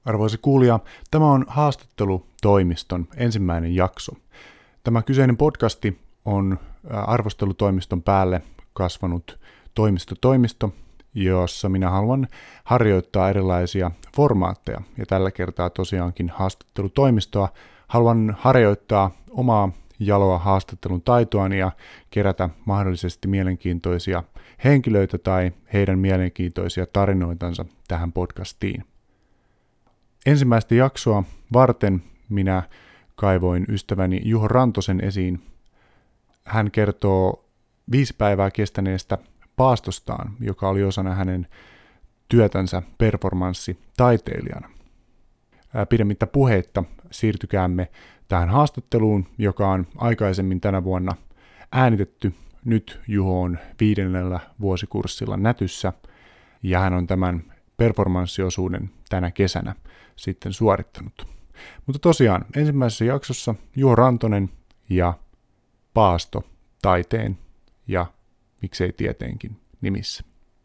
Arvoisa kuulija, tämä on Haastattelutoimiston ensimmäinen jakso. Tämä kyseinen podcasti on arvostelutoimiston päälle kasvanut toimisto, jossa minä haluan harjoittaa erilaisia formaatteja. Ja tällä kertaa tosiaankin haastattelutoimistoa haluan harjoittaa omaa jaloa haastattelun taitoani ja kerätä mahdollisesti mielenkiintoisia henkilöitä tai heidän mielenkiintoisia tarinoitansa tähän podcastiin. Ensimmäistä jaksoa varten minä kaivoin ystäväni Juho Rantosen esiin. Hän kertoo 5 päivää kestäneestä paastostaan, joka oli osana hänen työtänsä performanssitaiteilijana. Pidemmittä puheitta siirtykäämme tähän haastatteluun, joka on aikaisemmin tänä vuonna äänitetty. Nyt Juho on 5. vuosikurssilla Nätyssä ja hän on tämän performanssiosuuden tänä kesänä sitten suorittanut. Mutta tosiaan ensimmäisessä jaksossa Juho Rantonen ja paasto taiteen ja miksei tieteenkin nimissä.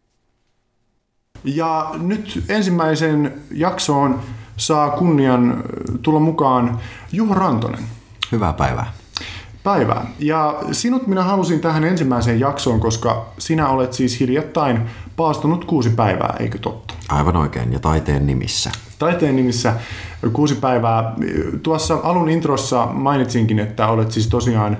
Ja nyt ensimmäiseen jaksoon saa kunnian tulla mukaan Juho Rantonen. Hyvää päivää. Päivää. Ja sinut minä halusin tähän ensimmäiseen jaksoon, koska sinä olet siis hiljattain paastonut 6 päivää, eikö totta? Aivan oikein, ja taiteen nimissä. Taiteen nimissä 6 päivää. Tuossa alun introssa mainitsinkin, että olet siis tosiaan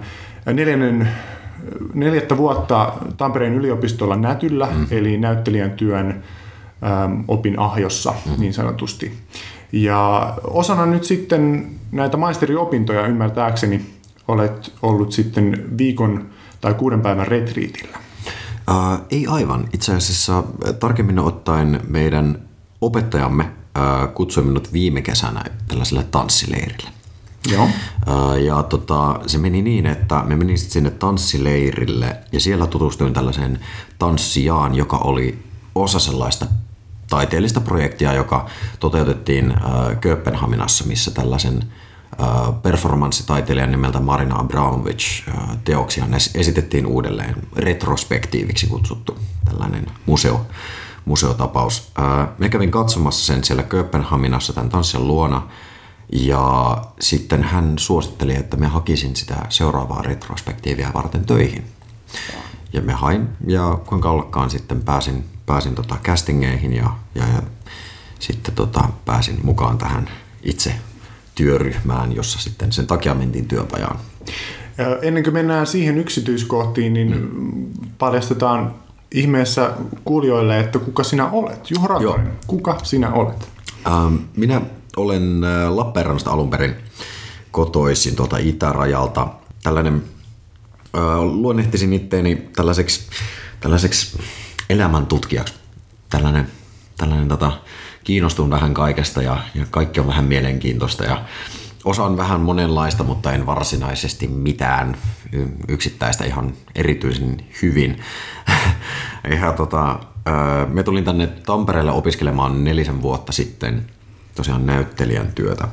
4. vuotta Tampereen yliopistolla Nätyllä, eli näyttelijän työn opinahjossa niin sanotusti. Ja osana nyt sitten näitä maisteriopintoja ymmärtääkseni olet ollut sitten viikon tai 6 päivän retriitillä. Ei aivan. Itse asiassa tarkemmin ottaen meidän opettajamme kutsui minut viime kesänä tällaiselle tanssileirille. Joo. Ja se meni niin, että me menin sinne tanssileirille ja siellä tutustuin tällaiseen tanssijaan, joka oli osa sellaista taiteellista projektia, joka toteutettiin Kööpenhaminassa, missä tällaisen performanssitaiteilijan nimeltä Marina Abramovic teoksia esitettiin uudelleen retrospektiiviksi kutsuttu tällainen museotapaus. Me kävin katsomassa sen siellä Kööpenhaminassa tämän tanssin luona ja sitten hän suositteli, että me hakisin sitä seuraavaa retrospektiivia varten töihin. Ja me hain ja kuinka ollakaan sitten pääsin castingeihin ja sitten pääsin mukaan tähän itse työryhmään, jossa sitten sen takia mentiin työpajaan. Ennen kuin mennään siihen yksityiskohtiin, niin paljastetaan ihmeessä kuulijoille, että kuka sinä olet. Juho Rantonen, kuka sinä olet? Minä olen Lappeenrannasta alun perin kotoisin itärajalta. Tällainen, luonnehtisin itteeni tällaiseksi elämäntutkijaksi. Tällainen kiinnostun vähän kaikesta ja kaikki on vähän mielenkiintoista ja osaan vähän monenlaista, mutta en varsinaisesti mitään yksittäistä ihan erityisen hyvin. Me tulin tänne Tampereelle opiskelemaan 4 vuotta sitten tosiaan näyttelijän työtä.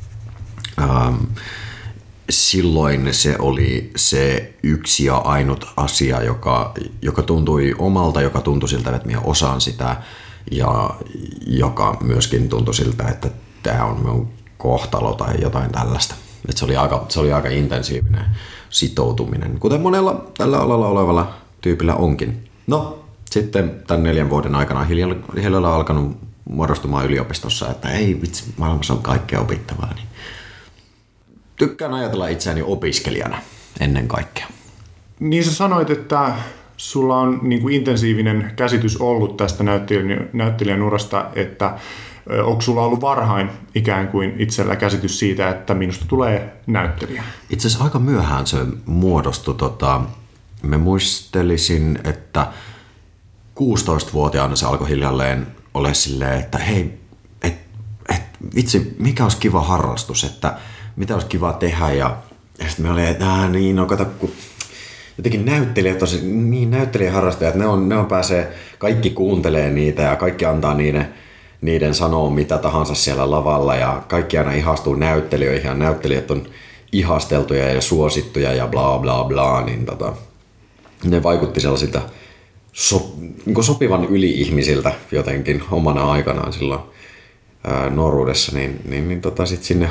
Silloin se oli se yksi ja ainut asia, joka tuntui omalta, joka tuntui siltä, että minä osaan sitä ja joka myöskin tuntui siltä, että tämä on minun kohtalo tai jotain tällaista. Että se oli aika intensiivinen sitoutuminen, kuten monella tällä alalla olevalla tyypillä onkin. No, sitten tämän 4 vuoden aikana hiljalleen alkanut muodostumaan yliopistossa, että ei vitsi, maailmassa on kaikkea opittavaa. Niin tykkään ajatella itseäni opiskelijana ennen kaikkea. Niin sä sanoit, että sulla on niin kuin intensiivinen käsitys ollut tästä näyttelijän urasta, että onko sulla ollut varhain ikään kuin itsellä käsitys siitä, että minusta tulee näyttelijä? Itse asiassa aika myöhään se muodostui. Me muistelisin, että 16-vuotiaana se alkoi hiljalleen ole silleen, että hei, vitsi, mikä olisi kiva harrastus, että mitä olisi kiva tehdä. Ja sitten me olin, että niin, no kato, kun jotenkin näyttelijäharrastajat, ne on pääsee, kaikki kuuntelee niitä ja kaikki antaa niiden sanoa mitä tahansa siellä lavalla ja kaikki aina ihastuu näyttelijöihin ja näyttelijät on ihasteltuja ja suosittuja ja bla bla bla, niin ne vaikutti sellaisilta sopivan yli-ihmisiltä jotenkin omana aikanaan silloin nuoruudessa, niin sit sinne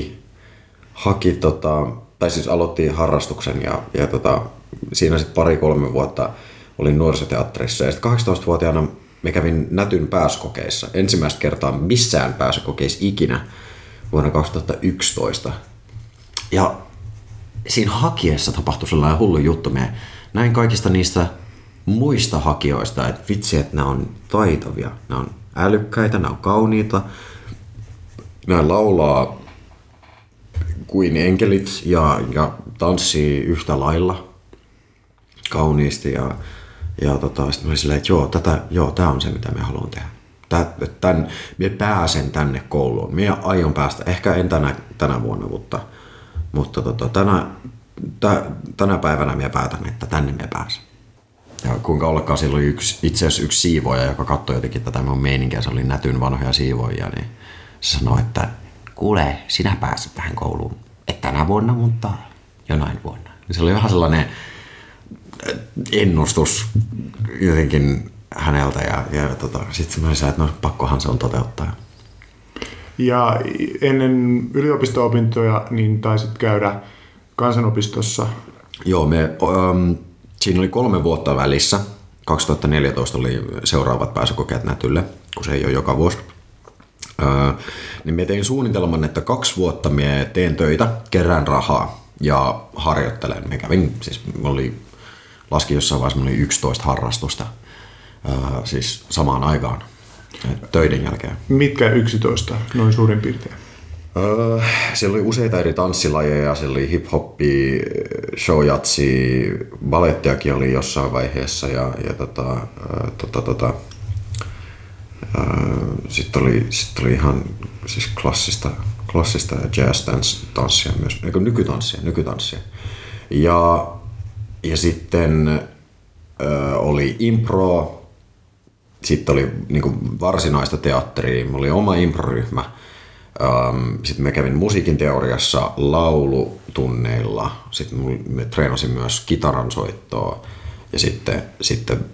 tai siis aloitti harrastuksen ja siinä sitten 2-3 vuotta olin nuorisoteatterissa ja sitten 18-vuotiaana me kävin Nätyn pääsykokeissa. Ensimmäistä kertaa missään pääsykokeissa ikinä vuonna 2011. Ja siinä hakiessa tapahtui sellainen hullu juttu. Me näin kaikista niistä muista hakijoista, että vitsi, että nämä on taitavia, nämä on älykkäitä, nämä on kauniita, nämä laulaa kuin enkelit ja tanssii yhtä lailla kauniisti ja sitten mä olin silleen, että tää on se mitä me haluan tehdä. Me pääsen tänne kouluun. Minä aion päästä, ehkä en tänä vuonna, mutta tänä päivänä minä päätän, että tänne me pääsen. Ja kuinka ollakaan siellä oli itse asiassa yksi siivoja, joka katsoi jotenkin tätä minun meininkiä, se oli Nätyn vanhoja siivoja, niin se sanoi, että kuule, sinä pääset tähän kouluun. Et tänä vuonna, mutta jonain vuonna. Se oli vähän sellainen ennustus jotenkin häneltä ja sitten mä sanoin, että no pakkohan se on toteuttaa. Ja ennen yliopisto-opintoja niin taisit käydä kansanopistossa. Joo, siinä oli 3 vuotta välissä. 2014 oli seuraavat pääsykokeet Nätylle, kun se ei ole joka vuosi. Niin mä tein suunnitelman, että 2 vuotta mä teen töitä, kerään rahaa ja harjoittelen. Mä kävin, siis laskin jossain vaiheessa, 11 harrastusta siis samaan aikaan töiden jälkeen. Mitkä 11 noin suurin piirtein? Siellä oli useita eri tanssilajeja, siellä oli hip-hoppi, showjatsi, balettiakin oli jossain vaiheessa ja sitten oli ihan siis klassista jazz-tanssia myös, nykytanssia. Ja sitten oli impro, sitten oli niinku varsinaista teatteria, mulla oli oma improryhmä. Sitten mä kävin musiikin teoriassa laulutunneilla, sitten mä treenasin myös kitaran soittoa ja sitten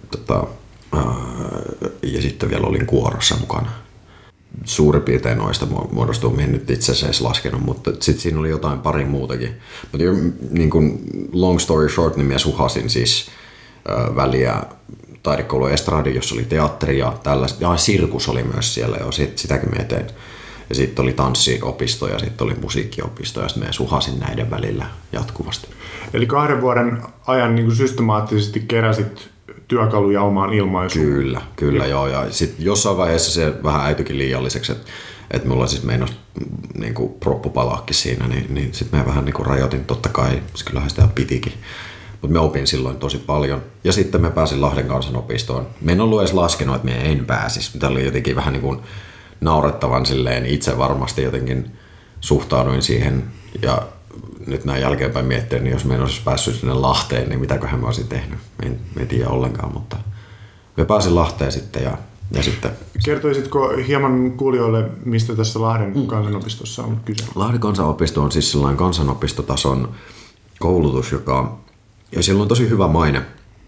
vielä olin kuorossa mukana. Suurin piirtein noista muodostuu, mihin nyt itse asiassa edes laskenut, mutta sitten siinä oli jotain pari muutakin. Mutta niin kuin long story short, niin mä suhasin siis väliä taidekoulu Estradi, jossa oli teatteri ja tällaista. Ja sirkus oli myös siellä jo, sitäkin mä tein. Ja sitten oli tanssiopisto ja sitten oli musiikkiopisto ja sitten mä suhasin näiden välillä jatkuvasti. Eli 2 vuoden ajan niin kuin systemaattisesti keräsit työkaluja omaan ilmaisuun. Kyllä joo. Ja sitten jossain vaiheessa se vähän äityikin liialliseksi, että mulla siis meinasi niin kuin proppu palaakin siinä, niin sitten mä vähän niin kuin rajoitin, totta kai, kyllähän sitä pitikin. Mutta mä opin silloin tosi paljon. Ja sitten mä pääsin Lahden kansanopistoon. Mä en ollut edes laskenut, että mä en pääsisi. Tämä oli jotenkin vähän niin kuin naurettavan silleen itse varmasti jotenkin suhtauduin siihen. Ja nyt näin jälkeenpäin miettiä, niin jos mä en olisi päässyt sinne Lahteen, niin mitäköhän mä olisin tehnyt. Mä en tiedä ollenkaan, mutta mä pääsin Lahteen sitten ja sitten... Kertoisitko hieman kuulijoille, mistä tässä Lahden kansanopistossa on kyse? Lahden kansanopisto on siis sellainen kansanopistotason koulutus, ja sillä on tosi hyvä maine.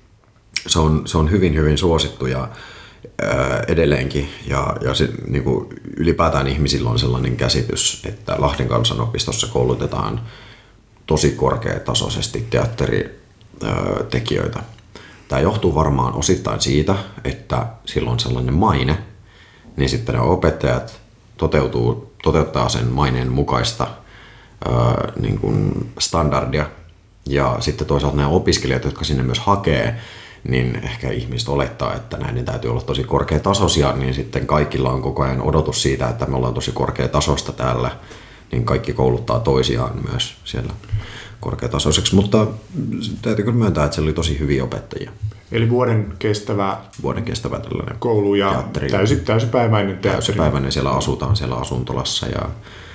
Se on hyvin, hyvin suosittu ja edelleenkin. Ja se, niin kuin ylipäätään ihmisillä on sellainen käsitys, että Lahden kansanopistossa koulutetaan tosi korkeatasoisesti teatteritekijöitä. Tämä johtuu varmaan osittain siitä, että sillä on sellainen maine, niin sitten ne opettajat toteuttaa sen maineen mukaista niin kuin standardia. Ja sitten toisaalta nämä opiskelijat, jotka sinne myös hakee, niin ehkä ihmiset olettaa, että näiden täytyy olla tosi korkeatasoisia, niin sitten kaikilla on koko ajan odotus siitä, että me ollaan tosi korkeatasosta täällä, niin kaikki kouluttaa toisiaan myös siellä korkeatasoiseksi, mutta täytyy kyllä myöntää, että siellä oli tosi hyviä opettajia. Eli vuoden kestävä tällainen koulu ja täysipäiväinen teatteri. Täysipäiväinen, siellä asutaan siellä asuntolassa ja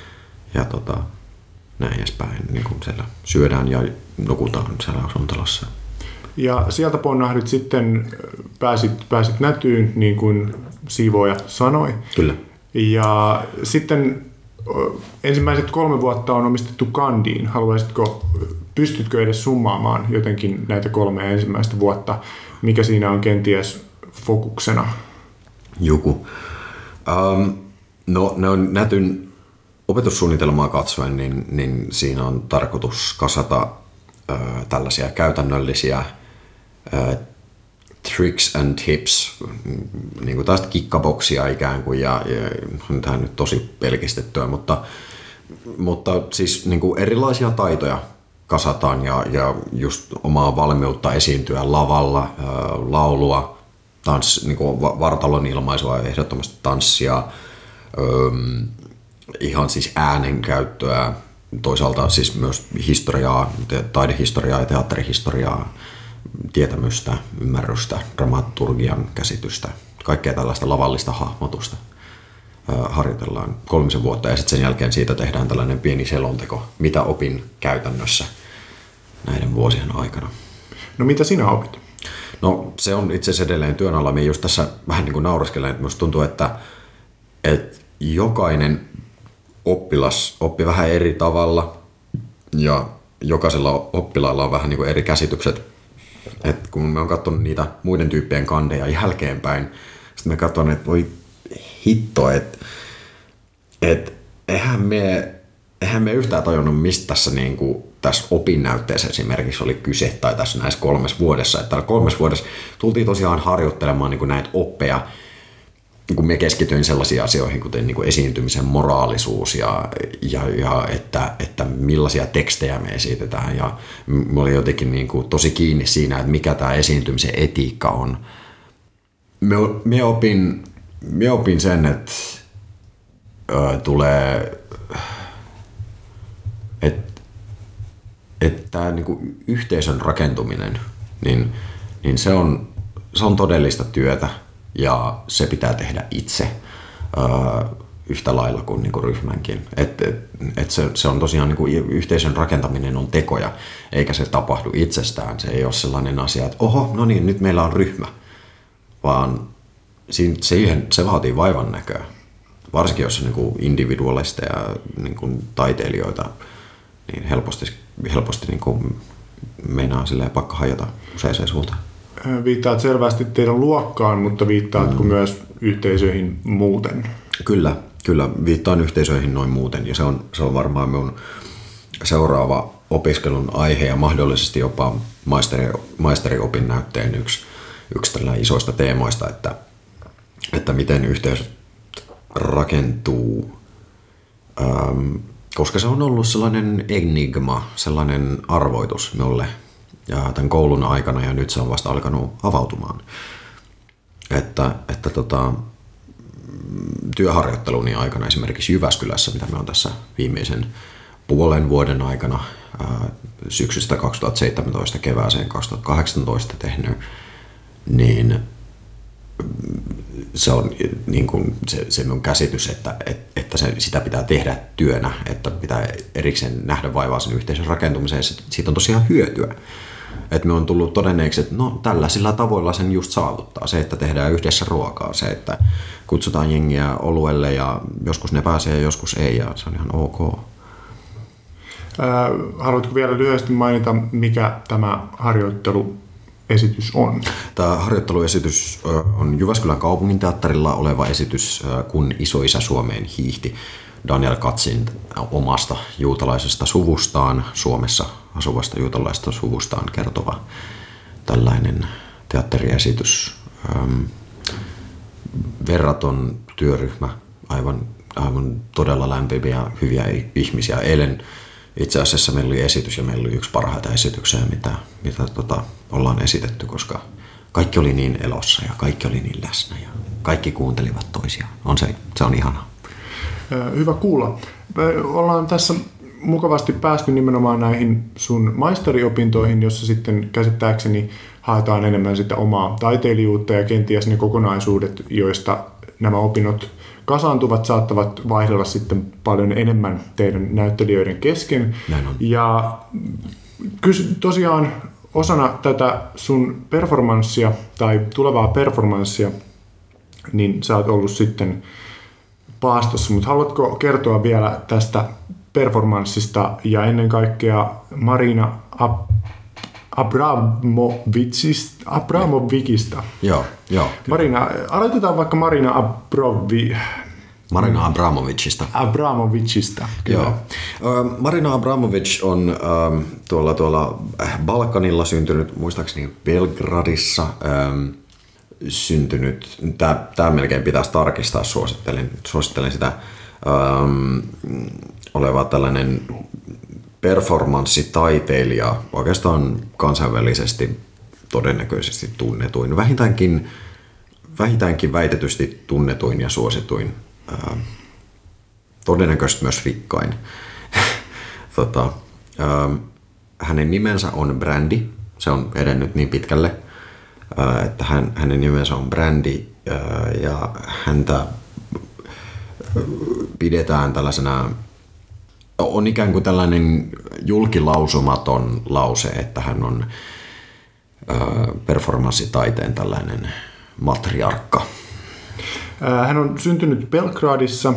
näin edespäin, niin kuin siellä syödään ja nukutaan siellä asuntolassa. Ja sieltä ponnahdit sitten, pääsit Nätyyn, niin kuin siivooja sanoi. Kyllä. Ja sitten ensimmäiset 3 vuotta on omistettu Kandiin. Pystytkö edes summaamaan jotenkin näitä 3 ensimmäistä vuotta? Mikä siinä on kenties fokuksena? No ne on Nätyn opetussuunnitelmaa katsoen, niin siinä on tarkoitus kasata tällaisia käytännöllisiä tricks and tips, niin kuin tästä kickaboksia ikään kuin, ja tämä on nyt tosi pelkistettyä, mutta siis niin kuin erilaisia taitoja kasataan ja just omaa valmiutta esiintyä lavalla, laulua, niin kuin vartalon ilmaisua, ehdottomasti tanssia, ihan siis äänenkäyttöä, toisaalta siis myös historiaa, taidehistoriaa ja teatterihistoriaa, tietämystä, ymmärrystä, dramaturgian käsitystä, kaikkea tällaista lavallista hahmotusta harjoitellaan 3 vuotta ja sitten sen jälkeen siitä tehdään tällainen pieni selonteko, mitä opin käytännössä näiden vuosien aikana. No mitä sinä opit? No se on itse asiassa edelleen työn alla. Minä just tässä vähän niin kuin nauraskelen, että minusta tuntuu, että jokainen oppilas oppi vähän eri tavalla ja jokaisella oppilaalla on vähän niin kuin eri käsitykset. Et kun me on katsonut niitä muiden tyyppien kandeja jälkeenpäin, sitten me katson, että voi hitto, että eihän me yhtään tajunnut, mistä tässä, niin kuin, tässä opinnäytteessä esimerkiksi oli kyse, tai tässä näissä 3 vuodessa. Että 3 vuodessa tultiin tosiaan harjoittelemaan niin kuin näitä oppeja, kun me keskityin sellaisiin asioihin, kuten niin kuin esiintymisen moraalisuus ja että millaisia tekstejä me esitetään. Ja mä olin jotenkin niin kuin tosi kiinni siinä, että mikä tämä esiintymisen etiikka on. Me opin sen, että tulee, että tämä niin kuin yhteisön rakentuminen, niin se on todellista työtä. Ja se pitää tehdä itse yhtä lailla kuin niinku ryhmänkin. Se on tosiaan niinku yhteisön rakentaminen on tekoja, eikä se tapahdu itsestään. Se ei ole sellainen asia, että oho, no niin, nyt meillä on ryhmä. Vaan se vaatii vaivan näköä. Varsinkin jos on niinku individualisteja niinku taiteilijoita, niin helposti niinku meinaa silleen pakka hajota useaseen suuntaan. Viittaat selvästi teidän luokkaan, mutta viittaatko myös yhteisöihin muuten? Kyllä, viittaan yhteisöihin noin muuten, ja se on varmaan minun seuraava opiskelun aihe ja mahdollisesti jopa maisteriopin yksi tällainen isoista teemoista, että miten yhteisöt rakentuu, koska se on ollut sellainen enigma, sellainen arvoitus minulle ja tämän koulun aikana, ja nyt se on vasta alkanut avautumaan. Että työharjoitteluni aikana esimerkiksi Jyväskylässä, mitä me on tässä viimeisen puolen vuoden aikana syksystä 2017 kevääseen 2018 tehnyt, niin se on niin kuin se minun käsitys, että sitä pitää tehdä työnä, että pitää erikseen nähdä vaivaa sen yhteisön rakentumiseen, ja siitä on tosiaan hyötyä. Että me on tullut todenneeksi, että no tällaisilla tavoilla sen just saavuttaa. Se, että tehdään yhdessä ruokaa, se, että kutsutaan jengiä oluelle ja joskus ne pääsee ja joskus ei, ja se on ihan ok. Haluatko vielä lyhyesti mainita, mikä tämä harjoitteluesitys on? Tämä harjoitteluesitys on Jyväskylän kaupunginteatterilla oleva esitys, kun isoisä Suomeen hiihti. Daniel Katzin omasta juutalaisesta suvustaan, Suomessa asuvasta juutalaisesta suvustaan kertova tällainen teatteriesitys. Verraton työryhmä, aivan todella lämpimiä, hyviä ihmisiä. Eilen itse asiassa meillä oli esitys, ja meillä oli yksi parhaita esityksiä, mitä ollaan esitetty, koska kaikki oli niin elossa ja kaikki oli niin läsnä ja kaikki kuuntelivat toisiaan. Se on ihanaa. Hyvä kuulla. Me ollaan tässä mukavasti päästy nimenomaan näihin sun maisteriopintoihin, jossa sitten käsittääkseni haetaan enemmän sitä omaa taiteilijuutta, ja kenties ne kokonaisuudet, joista nämä opinnot kasaantuvat, saattavat vaihdella sitten paljon enemmän teidän näyttelijöiden kesken. Ja tosiaan osana tätä sun performanssia tai tulevaa performanssia, niin sä oot ollut sitten paastossa, mutta haluatko kertoa vielä tästä performanssista ja ennen kaikkea Marina Abramovikista? Joo. Marina, aloitetaan vaikka Marina Marina Abramovicista. Abramovicista, kyllä. Joo. Marina Abramovic on tuolla Balkanilla syntynyt, muistaakseni Belgradissa syntynyt. Tämä melkein pitäisi tarkistaa, suosittelen sitä. Oleva tällainen performanssitaiteilija, oikeastaan kansainvälisesti todennäköisesti tunnetuin, vähintäänkin väitetysti tunnetuin ja suosituin, todennäköisesti myös rikkain. Hänen nimensä on Brandy, se on edennyt niin pitkälle, että hänen nimensä on Brandy ja häntä pidetään tällaisena, on ikään kuin tällainen julkilausumaton lause, että hän on performanssitaiteen tällainen matriarkka. Hän on syntynyt Belgradissa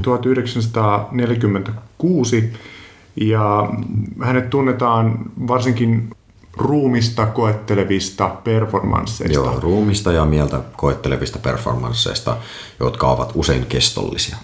1946 ja hänet tunnetaan varsinkin ruumista koettelevista performansseista. Joo, ruumista ja mieltä koettelevista performansseista, jotka ovat usein kestollisia.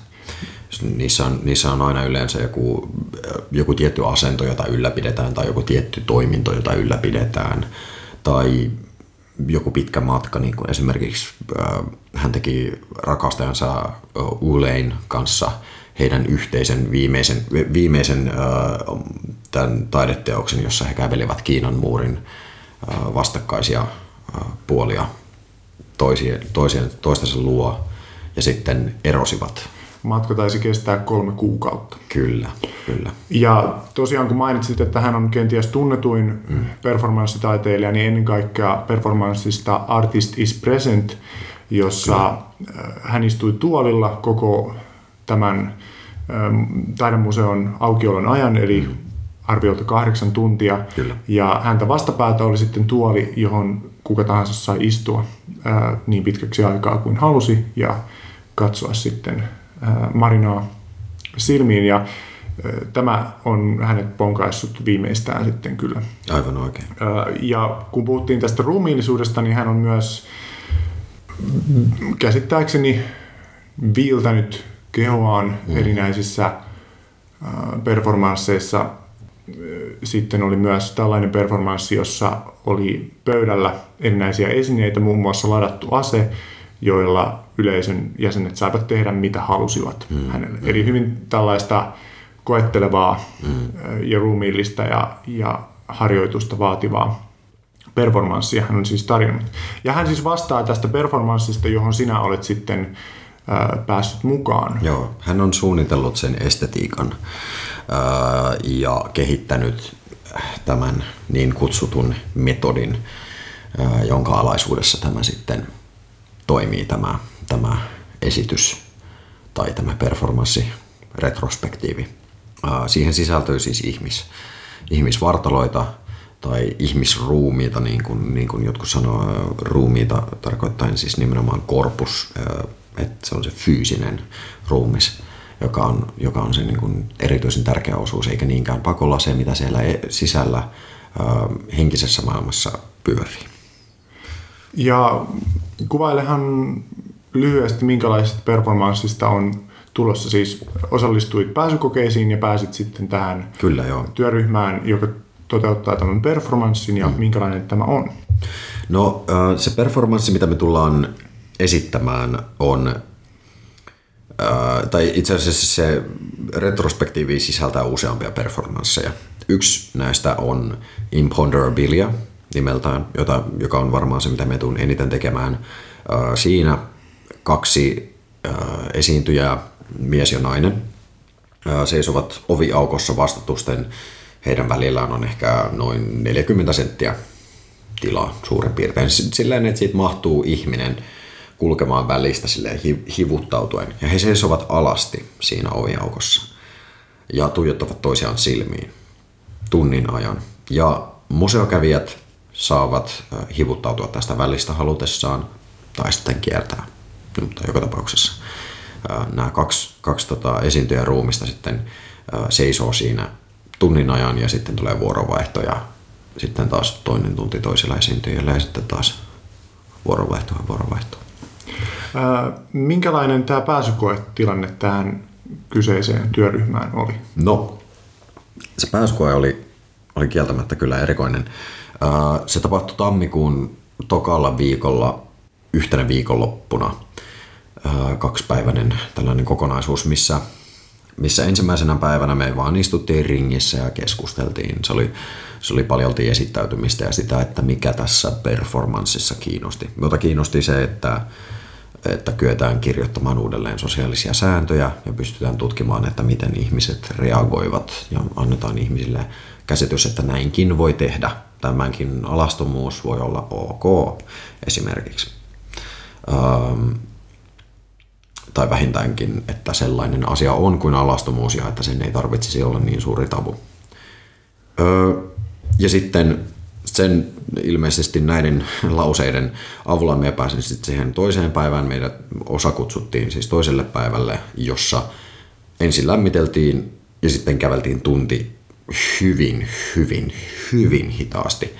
Niissä on aina yleensä joku tietty asento, jota ylläpidetään, tai joku tietty toiminto, jota ylläpidetään, tai joku pitkä matka, niin kuin esimerkiksi hän teki rakastajansa Ulein kanssa heidän yhteisen viimeisen tämän taideteoksen, jossa he kävelivät Kiinan muurin vastakkaisia puolia toistensa luo ja sitten erosivat. Matka taisi kestää 3 kuukautta. Kyllä. Ja tosiaan kun mainitsit, että hän on kenties tunnetuin performanssitaiteilija, niin ennen kaikkea performanssista Artist is Present, jossa hän istui tuolilla koko tämän taidemuseon aukiolon ajan, eli arviolta 8 tuntia. Kyllä. Ja häntä vastapäätä oli sitten tuoli, johon kuka tahansa sai istua niin pitkäksi aikaa kuin halusi ja katsoa sitten Marinaa silmiin. Ja tämä on hänet ponkaissut viimeistään sitten kyllä. Aivan oikein. Ja kun puhuttiin tästä ruumiillisuudesta, niin hän on myös käsittääkseni viiltänyt kehoaan erinäisissä performansseissa. Sitten oli myös tällainen performanssi, jossa oli pöydällä erinäisiä esineitä, muun muassa ladattu ase, joilla yleisön jäsenet saivat tehdä mitä halusivat hänelle. Eli hyvin tällaista koettelevaa ja ruumiillista ja harjoitusta vaativaa performanssia hän on siis tarjonnut. Ja hän siis vastaa tästä performanssista, johon sinä olet sitten päässyt mukaan. Joo, hän on suunnitellut sen estetiikan ja kehittänyt tämän niin kutsutun metodin, jonka alaisuudessa tämä sitten toimii, tämä esitys tai tämä performanssi, retrospektiivi. Siihen sisältyy siis ihmisvartaloita tai ihmisruumiita, niin kuin jotkut sanoo, ruumiita tarkoittaen siis nimenomaan korpus, että se on se fyysinen ruumis, joka on se niin kuin erityisen tärkeä osuus, eikä niinkään pakolla se, mitä siellä sisällä henkisessä maailmassa pyörii. Ja kuvailehan lyhyesti, minkälaisesta performanssista on tulossa. Siis osallistuit pääsykokeisiin ja pääsit sitten tähän työryhmään, joka toteuttaa tämän performanssin, ja minkälainen tämä on? No se performanssi, mitä me tullaan esittämään on, tai itse asiassa se retrospektiivi sisältää useampia performansseja. Yksi näistä on Imponderabilia nimeltään, joka on varmaan se, mitä me tulen eniten tekemään. Siinä 2 esiintyjää, mies ja nainen, seisovat oviaukossa vastatusten. Heidän välillään on ehkä noin 40 senttiä tilaa suurin piirtein. Silleen, että siitä mahtuu ihminen kulkemaan välistä silleen hivuttautuen. Ja he seisovat alasti siinä oviaukossa ja tuijottavat toisiaan silmiin tunnin ajan. Ja museokävijät saavat hivuttautua tästä välistä halutessaan tai sitten kiertää. Mutta joka tapauksessa nämä kaksi esiintyjän ruumista sitten seisoo siinä tunnin ajan ja sitten tulee vuorovaihto ja sitten taas toinen tunti toisella esiintyjällä ja sitten taas vuorovaihtoa. Minkälainen tämä pääsykoetilanne tähän kyseiseen työryhmään oli? No, se pääsykoe oli kieltämättä kyllä erikoinen. Se tapahtui tammikuun tokalla viikolla yhtenä viikonloppuna. 2-päiväinen tällainen kokonaisuus, missä ensimmäisenä päivänä me vaan istuttiin ringissä ja keskusteltiin. Se oli paljolti esittäytymistä ja sitä, että mikä tässä performanssissa kiinnosti. Mutta kiinnosti se, että kyetään kirjoittamaan uudelleen sosiaalisia sääntöjä ja pystytään tutkimaan, että miten ihmiset reagoivat ja annetaan ihmisille käsitys, että näinkin voi tehdä. Tämänkin alastomuus voi olla ok esimerkiksi. Tai vähintäänkin, että sellainen asia on kuin alastomuus ja että sen ei tarvitsisi olla niin suuri tabu. Ja sitten sen ilmeisesti näiden lauseiden avulla me pääsin sitten siihen toiseen päivään. Meidät osa kutsuttiin siis toiselle päivälle, jossa ensin lämmiteltiin ja sitten käveltiin tunti hyvin hitaasti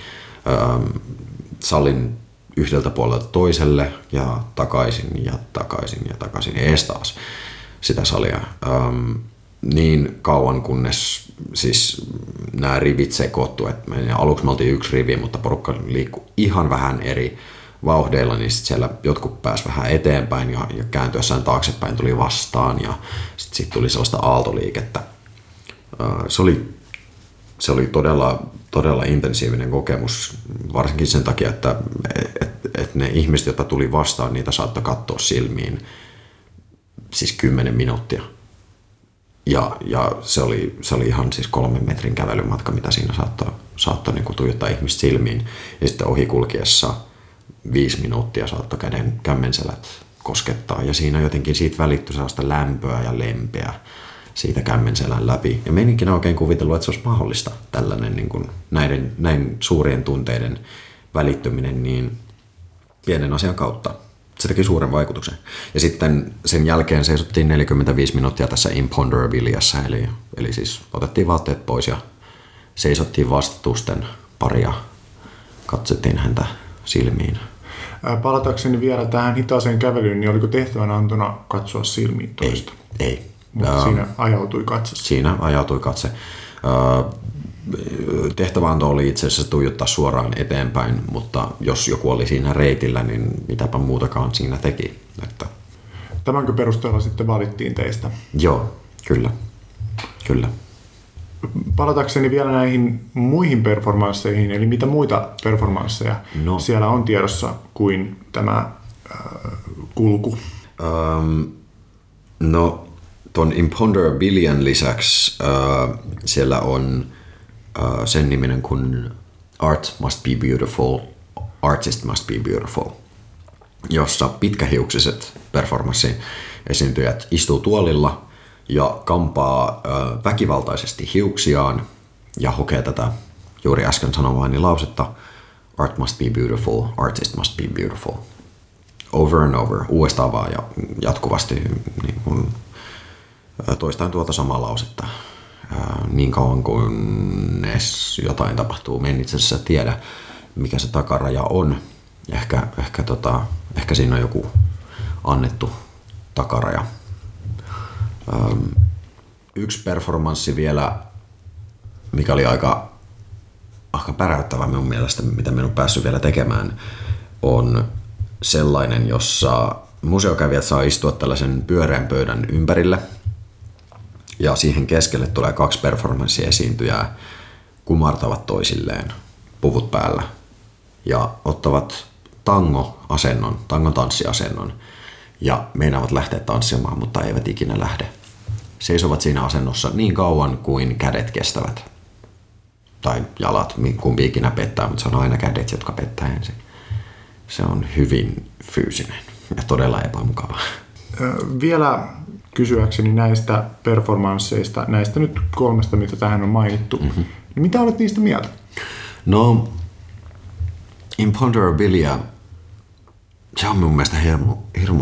salin yhdeltä puolelta toiselle ja takaisin ja ees taas sitä salia. Niin kauan kunnes siis nämä rivit sekoittu, että aluksi me oltiin yksi rivi, mutta porukka liikkui ihan vähän eri vauhdeilla, niin sitten siellä jotkut pääsi vähän eteenpäin ja kääntyessään taaksepäin tuli vastaan ja sitten tuli sellaista aaltoliikettä. Se oli todella intensiivinen kokemus, varsinkin sen takia, että ne ihmiset, jotka tuli vastaan, niitä saattoi katsoa silmiin siis 10 minuuttia. Ja se oli ihan siis 3 metrin kävelymatka, mitä siinä saattoi niin kuin tuijottaa ihmistä silmiin. Ja sitten ohikulkiessa 5 minuuttia saattoi kämmenselät koskettaa. Ja siinä jotenkin siitä välittyi sellaista lämpöä ja lempeä siitä kämmenselän läpi. Ja me en ikinä oikein kuvitellut, että se olisi mahdollista tällainen niin kuin näin suurien tunteiden välittyminen niin pienen asian kautta. Se teki suuren vaikutuksen. Ja sitten sen jälkeen seisottiin 45 minuuttia tässä Imponderabiliassa, eli siis otettiin vaatteet pois ja seisottiin vastatusten paria, katsottiin häntä silmiin. Palatakseni vielä tähän hitaaseen kävelyyn, niin oliko tehtävänä antona katsoa silmiin toista? Ei. Mutta siinä ajautui katse. Siinä ajautui katse. Tehtäväanto oli itse asiassa tuijottaa suoraan eteenpäin, mutta jos joku oli siinä reitillä, niin mitäpä muutakaan siinä teki. Tämänkö perusteella sitten valittiin teistä? Joo, kyllä. Palatakseni vielä näihin muihin performansseihin, eli mitä muita performansseja siellä on tiedossa kuin tämä kulku? No, ton Imponderabilian lisäksi siellä on sen niminen kuin Art Must Be Beautiful, Artist Must Be Beautiful, jossa pitkähiuksiset performanssiesiintyjät istuu tuolilla ja kampaa väkivaltaisesti hiuksiaan ja hokee tätä juuri äsken sanomaani lausetta Art must be beautiful, artist must be beautiful. Over and over, uudestaan vaan ja jatkuvasti niin kuin, toistaan tuota samaa lausetta. Niin kauan kunnes jotain tapahtuu. Me en itse asiassa tiedä, mikä se takaraja on. Ehkä siinä on joku annettu takaraja. Yksi performanssi vielä, mikä oli aika päräyttävä minun mielestä, mitä minun on päässyt vielä tekemään, on sellainen, jossa museokävijät saa istua tällaisen pyöreän pöydän ympärille. Ja siihen keskelle tulee 2 performanssiesiintyjää, kumartavat toisilleen, puvut päällä, ja ottavat tangon tanssiasennon, ja meinaavat lähteä tanssimaan, mutta eivät ikinä lähde. Seisovat siinä asennossa niin kauan kuin kädet kestävät. Tai jalat, kumpi ikinä pettää, mutta se on aina kädet, jotka pettää ensin. Se on hyvin fyysinen ja todella epämukava. Vielä kysyäkseni näistä performansseista, näistä nyt 3, mitä tähän on mainittu. Mm-hmm. Niin mitä olet niistä mieltä? No, Imponderabilia, se on mun mielestä hirmu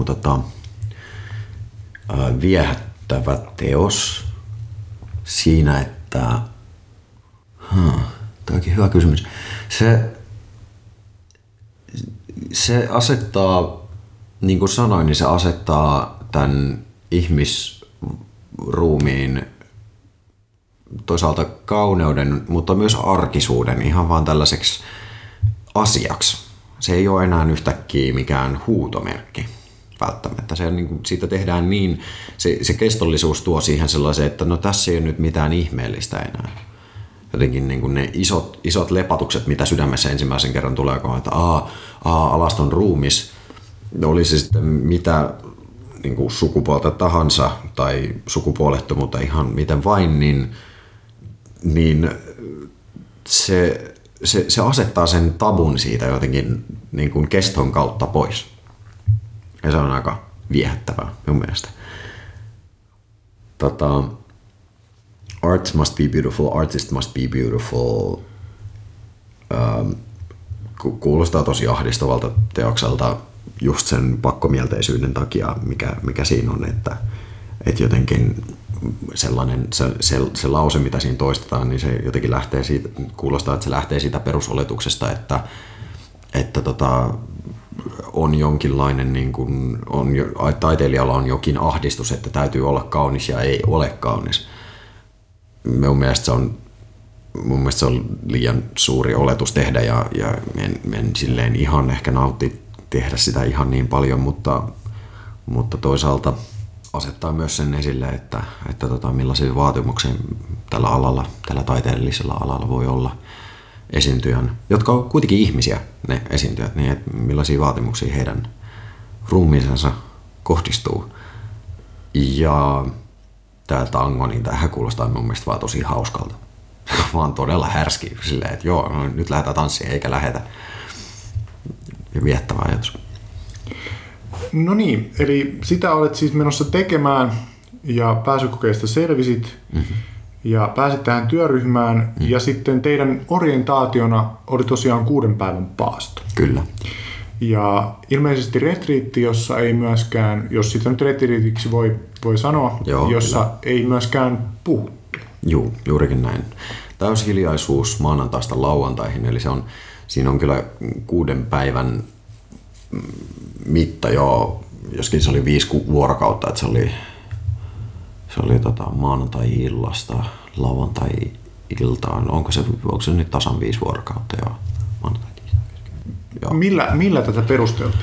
viehättävä teos siinä, että tämä onkin hyvä kysymys. Se asettaa niin kuin sanoin, niin se asettaa tämän ihmisruumiin toisaalta kauneuden, mutta myös arkisuuden ihan vaan tällaiseksi asiaksi. Se ei ole enää yhtäkkiä mikään huutomerkki välttämättä. Se, niin kuin, siitä tehdään niin, se kestollisuus tuo siihen sellaiseen, että no tässä ei ole nyt mitään ihmeellistä enää. Jotenkin niin kuin ne isot lepatukset, mitä sydämessä ensimmäisen kerran tulee, kun että alaston ruumis, oli se sitten mitä niin kuin sukupuolta tahansa tai sukupuolettomuutta ihan miten vain, niin se asettaa sen tabun siitä jotenkin niin kuin keston kautta pois. Ja se on aika viehättävää minun mielestä. Art must be beautiful, artist must be beautiful. Kuulostaa tosi ahdistavalta teokselta just sen pakkomielteisyyden takia, mikä siinä on, että jotenkin sellainen se lause, mitä siinä toistetaan, niin se jotenkin lähtee siitä, kuulostaa, että se lähtee siitä perusoletuksesta, että on jonkinlainen, niin kuin, taiteilijalla on jokin ahdistus, että täytyy olla kaunis ja ei ole kaunis. Mun mielestä se on liian suuri oletus tehdä ja en silleen ihan ehkä nautti tehdä sitä ihan niin paljon, mutta toisaalta asettaa myös sen esille, että millaisia vaatimuksia tällä taiteellisella alalla voi olla esiintyjän, jotka on kuitenkin ihmisiä, ne esiintyjät, niin että millaisia vaatimuksia heidän ruumiisensa kohdistuu. Ja tämä tango, niin tämähän kuulostaa mun mielestä vaan tosi hauskalta. Vaan todella härski silleen, että joo, no, nyt lähdetään tanssiin eikä lähetä. Ja viettävä ajatus. No niin, eli sitä olet siis menossa tekemään ja pääsykokeista selvisit ja pääsit tähän työryhmään ja sitten teidän orientaationa oli tosiaan 6 päivän paasto. Kyllä. Ja ilmeisesti retriitti, jossa ei myöskään, jos sitä nyt retriitiksi voi sanoa, joo, jossa kyllä ei myöskään puhuttu. Joo, juurikin näin. Täyshiljaisuus maanantaista lauantaihin, eli siinä on kyllä 6 päivän mitta jo, joskin se oli 5 vuorokautta, että se oli maanantai-illasta lauantai-iltaan. Onko se nyt tasan 5 vuorokautta jo? Millä tätä perusteltiin?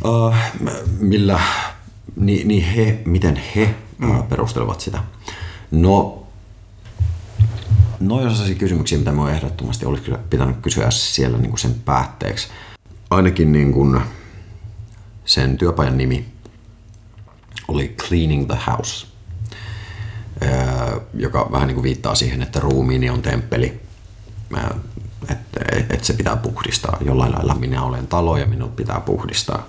Miten he perustelevat sitä? No jos sellaisia kysymyksiä, mitä minun ehdottomasti olisi kyllä pitänyt kysyä siellä niin kuin sen päätteeksi. Ainakin niin kuin sen työpajan nimi oli Cleaning the House, joka vähän niin kuin viittaa siihen, että ruumiini on temppeli, että se pitää puhdistaa. Jollain lailla minä olen talo ja minut pitää puhdistaa.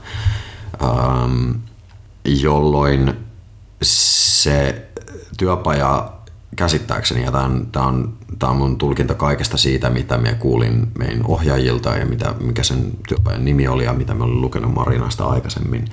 Jolloin se työpaja käsittääkseni, ja tämä on mun tulkinta kaikesta siitä, mitä minä kuulin meidän ohjaajilta ja mikä sen työpajan nimi oli ja mitä mä olin lukenut Marinasta aikaisemmin,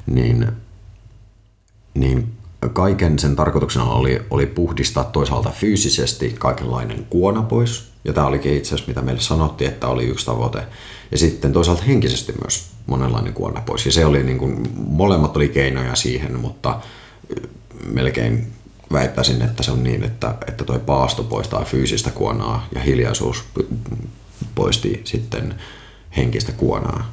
niin kaiken sen tarkoituksena oli puhdistaa toisaalta fyysisesti kaikenlainen kuona pois, ja tämä olikin itse asiassa, mitä meille sanottiin, että oli yksi tavoite, ja sitten toisaalta henkisesti myös monenlainen kuona pois, ja se oli niin kuin, molemmat oli keinoja siihen, mutta melkein väittäisin, että se on niin, että toi paasto poistaa fyysistä kuonaa ja hiljaisuus poisti sitten henkistä kuonaa.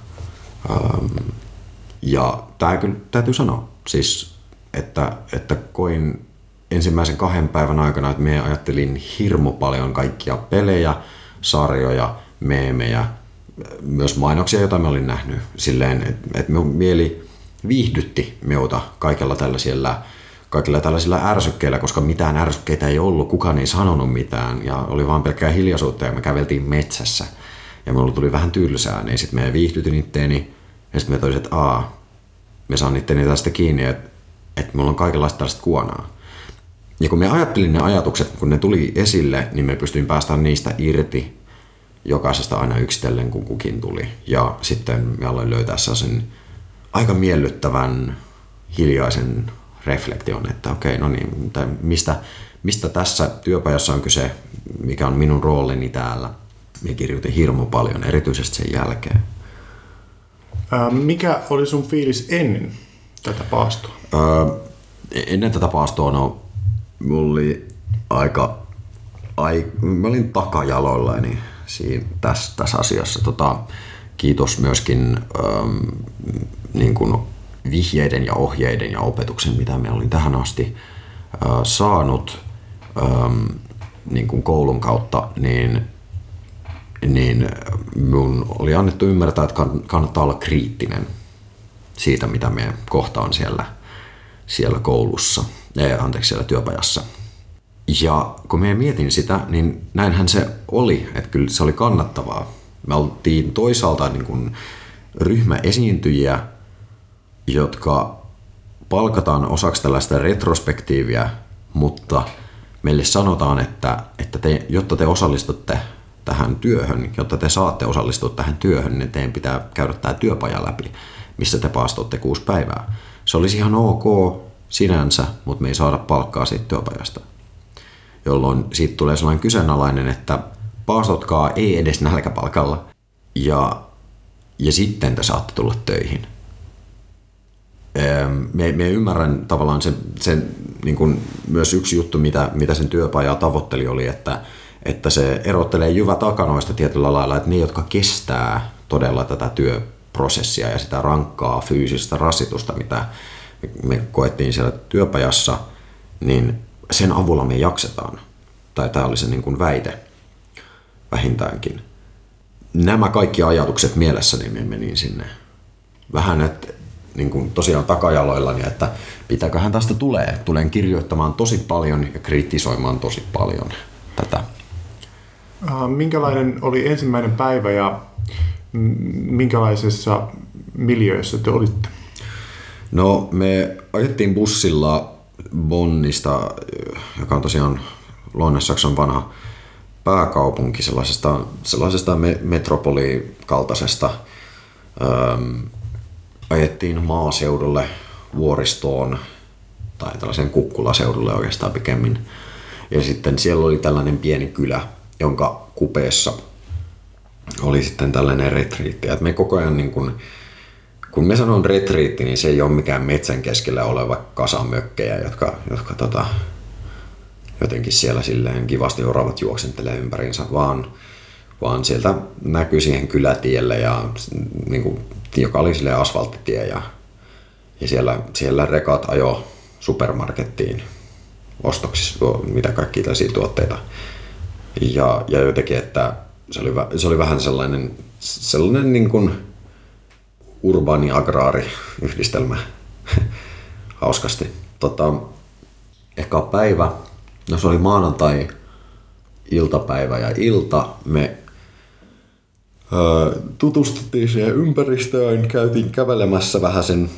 Ja tämä kyllä täytyy sanoa, siis, että koin ensimmäisen 2 päivän aikana, että minä ajattelin hirmu paljon kaikkia pelejä, sarjoja, meemejä, myös mainoksia, joita mä olin nähnyt silleen, että mieli viihdytti meuta kaikilla tällaisilla ärsykkeillä, koska mitään ärsykkeitä ei ollut, kukaan ei sanonut mitään ja oli vaan pelkkää hiljaisuutta ja me käveltiin metsässä ja mulla tuli vähän tylsää, niin sitten me viihdytin itteeni ja sitten me toisin, että me saan itteeni tästä kiinni, että mulla on kaikenlaista tällaista kuonaa. Ja kun me ajattelin ne ajatukset, kun ne tuli esille, niin me pystyin päästämään niistä irti jokaisesta aina yksitellen, kun kukin tuli. Ja sitten me aloin löytää sen aika miellyttävän, hiljaisen reflektion, että okei, no niin, mistä tässä työpajassa on kyse, mikä on minun roolini täällä. Minä kirjoitin hirmu paljon, erityisesti sen jälkeen. Mikä oli sun fiilis ennen tätä paastoa? Ennen tätä paastoa mulla oli mä olin takajaloillani tässä asiassa. Kiitos myöskin niin kuin vihjeiden ja ohjeiden ja opetuksen, mitä mä olin tähän asti saanut niin kuin koulun kautta, niin mun oli annettu ymmärtää, että kannattaa olla kriittinen siitä, mitä me kohtaan siellä koulussa, siellä työpajassa. Ja kun mä mietin sitä, niin näinhän se oli, että kyllä se oli kannattavaa. Me oltiin toisaalta niin kuin ryhmäesiintyjiä, jotka palkataan osaksi tällaista retrospektiiviä, mutta meille sanotaan, että jotta te osallistutte tähän työhön, jotta te saatte osallistua tähän työhön, niin teidän pitää käydä tämä työpaja läpi, missä te paastotte 6 päivää. Se olisi ihan ok sinänsä, mutta me ei saada palkkaa siitä työpajasta. Jolloin siitä tulee sellainen kyseenalainen, että paastotkaa ei edes nälkäpalkalla ja sitten te saatte tulla töihin. Me ymmärrän tavallaan sen niin kuin myös yksi juttu, mitä sen työpaja tavoitteli oli, että se erottelee jyvät akanoista tietyllä lailla, että ne, jotka kestää todella tätä työprosessia ja sitä rankkaa fyysistä rasitusta, mitä me koettiin siellä työpajassa, niin sen avulla me jaksetaan. Tai tämä oli se niin kuin väite vähintäänkin. Nämä kaikki ajatukset mielessäni me menin sinne vähän, että niin kuin tosiaan takajaloillani, että pitääköhän tästä tulee. Tulen kirjoittamaan tosi paljon ja kritisoimaan tosi paljon tätä. Minkälainen oli ensimmäinen päivä ja minkälaisessa miljöössä te olitte? No, me ajettiin bussilla Bonnista, joka on tosiaan Lounais-Saksan vanha pääkaupunki, sellaisesta metropolikaltaisesta. Ajettiin maaseudulle, vuoristoon tai tällaiseen kukkulaseudulle oikeastaan pikemmin. Ja sitten siellä oli tällainen pieni kylä, jonka kupeessa oli sitten tällainen retriitti. Et me koko ajan, niin kun me sanon retriitti, niin se ei ole mikään metsän keskellä oleva kasa mökkejä, jotka jotenkin siellä silleen kivasti oravat juoksentelee ympäriinsä, vaan sieltä näkyy siihen kylätielle, ja, niin kuin, joka oli silleen asfalttitie, ja siellä rekat ajo supermarkettiin ostoksissa, mitä kaikkia tällaisia tuotteita. Ja jotenkin, että se oli vähän sellainen niin kuin urbaani-agraari-yhdistelmä hauskasti. Eka päivä, no se oli maanantai, iltapäivä ja ilta. Me tutustuttiin siihen ympäristöön, käytiin kävelemässä vähän sen,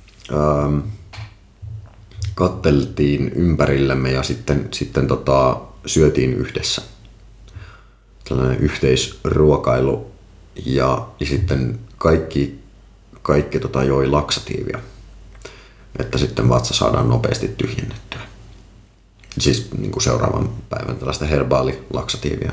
katteltiin ympärillemme ja sitten syötiin yhdessä. Tällainen yhteisruokailu ja sitten kaikki joi laksatiivia, että sitten vatsa saadaan nopeasti tyhjennettyä. Siis niin kuin seuraavan päivän tällaista herbaalilaksatiivia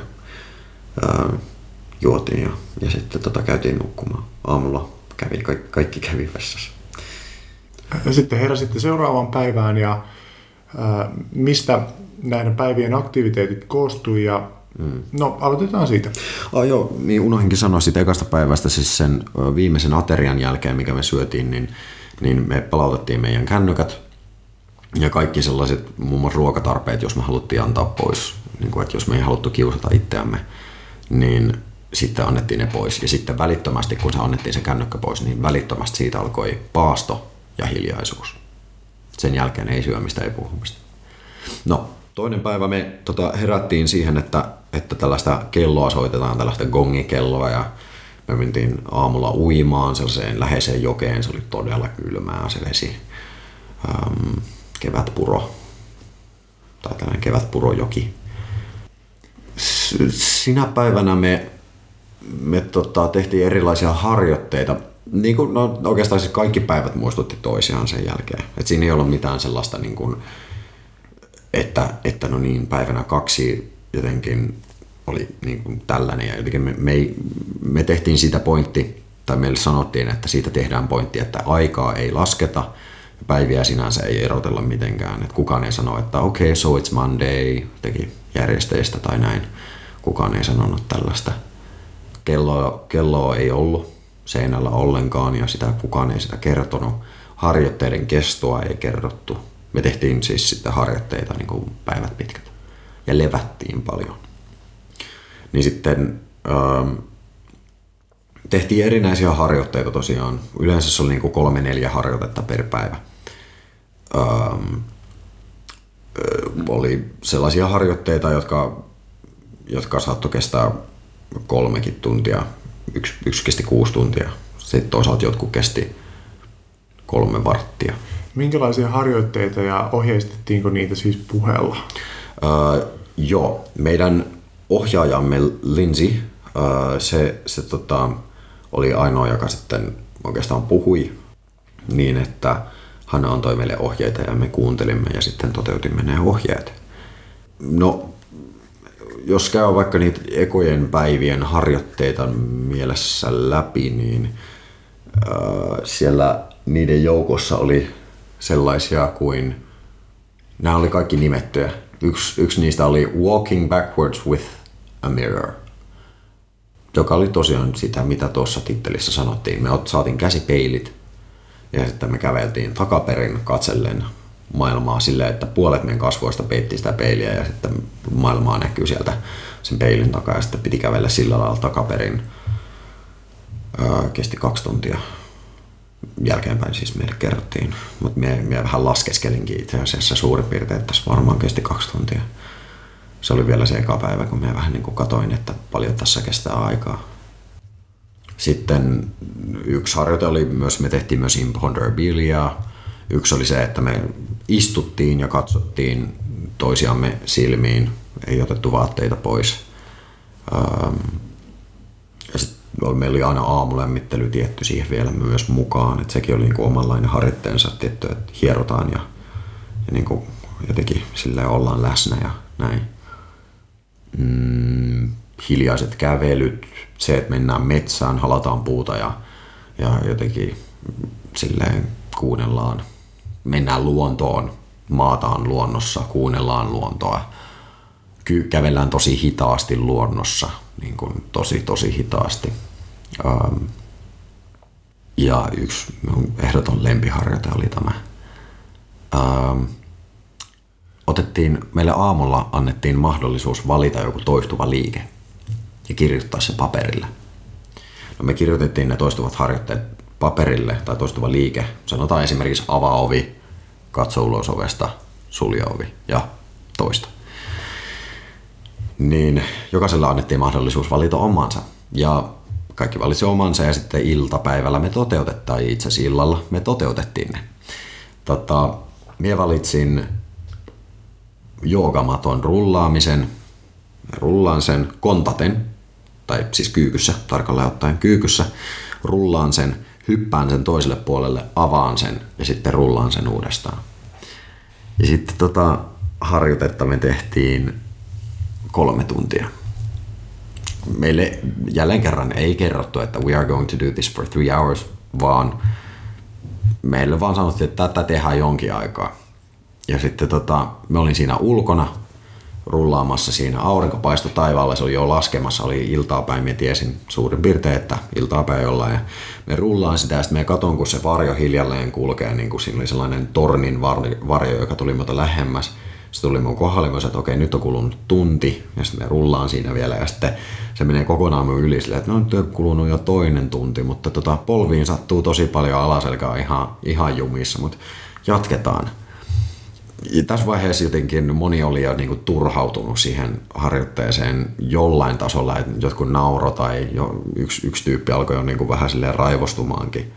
juotiin ja sitten käytiin nukkumaan. Aamulla kaikki kävi vessassa. Sitten heräsitte seuraavaan päivään ja mistä näiden päivien aktiviteetit koostui ja no, aloitetaan siitä. Joo, niin unohdinkin sanoa siitä ekasta päivästä, siis sen viimeisen aterian jälkeen, mikä me syötiin, niin me palautettiin meidän kännykät ja kaikki sellaiset muun muassa ruokatarpeet, jos me haluttiin antaa pois, niin kuin, että jos me ei haluttu kiusata itseämme, niin sitten annettiin ne pois. Ja sitten välittömästi, kun se annettiin se kännykkä pois, niin välittömästi siitä alkoi paasto ja hiljaisuus. Sen jälkeen ei syömistä, ei puhumista. No, toinen päivä me herättiin siihen, että tällaista kelloa soitetaan, tällaista gongikelloa, ja me mentiin aamulla uimaan sellaiseen läheiseen jokeen. Se oli todella kylmää se vesi. Kevätpuro, tai tällainen kevätpurojoki. Sinä päivänä me tehtiin erilaisia harjoitteita. Niin kuin, no, oikeastaan siis kaikki päivät muistutti toisiaan sen jälkeen. Et siinä ei ollut mitään sellaista, niin kuin, että no niin, päivänä 2 jotenkin oli niin kuin tällainen. Ja jotenkin me tehtiin siitä pointti, tai meille sanottiin, että siitä tehdään pointti, että aikaa ei lasketa, päiviä sinänsä ei erotella mitenkään. Että kukaan ei sano, että okei, so it's Monday, teki järjesteistä tai näin. Kukaan ei sanonut tällaista. Kelloa ei ollut seinällä ollenkaan ja kukaan ei sitä kertonut. Harjoitteiden kestoa ei kerrottu. Me tehtiin siis sitten harjoitteita niin kuin päivät pitkät ja levättiin paljon. Niin sitten tehtiin erinäisiä harjoitteita tosiaan. Yleensä se oli niin kuin 3-4 harjoitetta per päivä. Oli sellaisia harjoitteita, jotka saattoi kestää 3 tuntia. Yksi kesti 6 tuntia. Sitten toisaalta jotkut kesti 3 varttia. Minkälaisia harjoitteita ja ohjeistettiinko niitä siis puheella? Joo, meidän ohjaajamme Lindsay, se oli ainoa, joka sitten oikeastaan puhui niin, että hän antoi meille ohjeita ja me kuuntelimme ja sitten toteutimme ne ohjeet. No, jos käy vaikka niitä ekojen päivien harjoitteita mielessä läpi, niin siellä niiden joukossa oli sellaisia kuin, nämä oli kaikki nimettyjä. Yksi niistä oli Walking Backwards with a Mirror, joka oli tosiaan sitä, mitä tuossa tittelissä sanottiin. Me saatiin käsipeilit ja sitten me käveltiin takaperin katsellen maailmaa silleen, että puolet meidän kasvoista peitti sitä peiliä ja sitten maailmaa näkyy sieltä sen peilin takaa ja sitten piti kävellä sillä lailla takaperin. Kesti 2 tuntia. Jälkeenpäin siis meille kerrottiin, mutta minä vähän laskeskelinkin itse asiassa suurin piirtein, että tässä varmaan kesti 2 tuntia. Se oli vielä se eka päivä, kun minä vähän niin kuin katoin, että paljon tässä kestää aikaa. Sitten yksi harjoite oli myös, me tehtiin myös imponderabiliaa. Yksi oli se, että me istuttiin ja katsottiin toisiamme silmiin, ei otettu vaatteita pois. Ja sitten meillä oli aina aamulämmittely tietty siihen vielä myös mukaan, että sekin oli niin kuin omanlainen harjoitteensa tietty, että hierotaan ja niin kuin jotenkin silleen ollaan läsnä ja näin. Hiljaiset kävelyt, se, että mennään metsään, halataan puuta ja jotenkin silleen kuunnellaan, mennään luontoon, maataan luonnossa, kuunnellaan luontoa, kävellään tosi hitaasti luonnossa, niin kuin tosi hitaasti. Ja yksi minun ehdoton lempiharjoite oli tämä. Meille aamulla annettiin mahdollisuus valita joku toistuva liike ja kirjoittaa se paperille. No me kirjoitettiin ne toistuvat harjoitteet paperille tai toistuva liike. Sanotaan esimerkiksi avaa ovi, katso ulos ovesta, sulje ovi ja toista. Niin jokaisella annettiin mahdollisuus valita omansa. Ja kaikki valitsi omansa ja sitten iltapäivällä me toteutettiin, itse asiassa illalla me toteutettiin ne. Minä valitsin joogamaton rullaamisen, rullaan sen kontaten, tai siis kyykyssä, tarkalleen ottaen kyykyssä, rullaan sen, hyppään sen toiselle puolelle, avaan sen ja sitten rullaan sen uudestaan. Ja sitten harjoitetta me tehtiin 3 tuntia. Meille jälleen kerran ei kerrottu, että we are going to do this for 3 hours, vaan meille vaan sanottiin, että tätä tehdään jonkin aikaa. Ja sitten me olin siinä ulkona rullaamassa siinä, aurinko paistoi taivaalla, se oli jo laskemassa, oli iltaapäin, me tiesin suurin piirtein, että iltaapäin ollaan. Ja me rullaan sitä ja sitten me katon, kun se varjo hiljalleen kulkee, niin kuin siinä oli sellainen tornin varjo, joka tuli muuta lähemmäs. Se tuli mun kohdalle, mä sanoin, että okei, nyt on kulunut tunti, ja sitten me rullaan siinä vielä, ja sitten se menee kokonaan mun yli silleen, että no nyt on kulunut jo 2 tunti, mutta polviin sattuu tosi paljon alaselkä on ihan jumissa, mutta jatketaan. Ja tässä vaiheessa jotenkin moni oli jo niinku turhautunut siihen harjoitteeseen jollain tasolla, että jotkut nauro tai yksi tyyppi alkoi jo niinku vähän silleen raivostumaankin.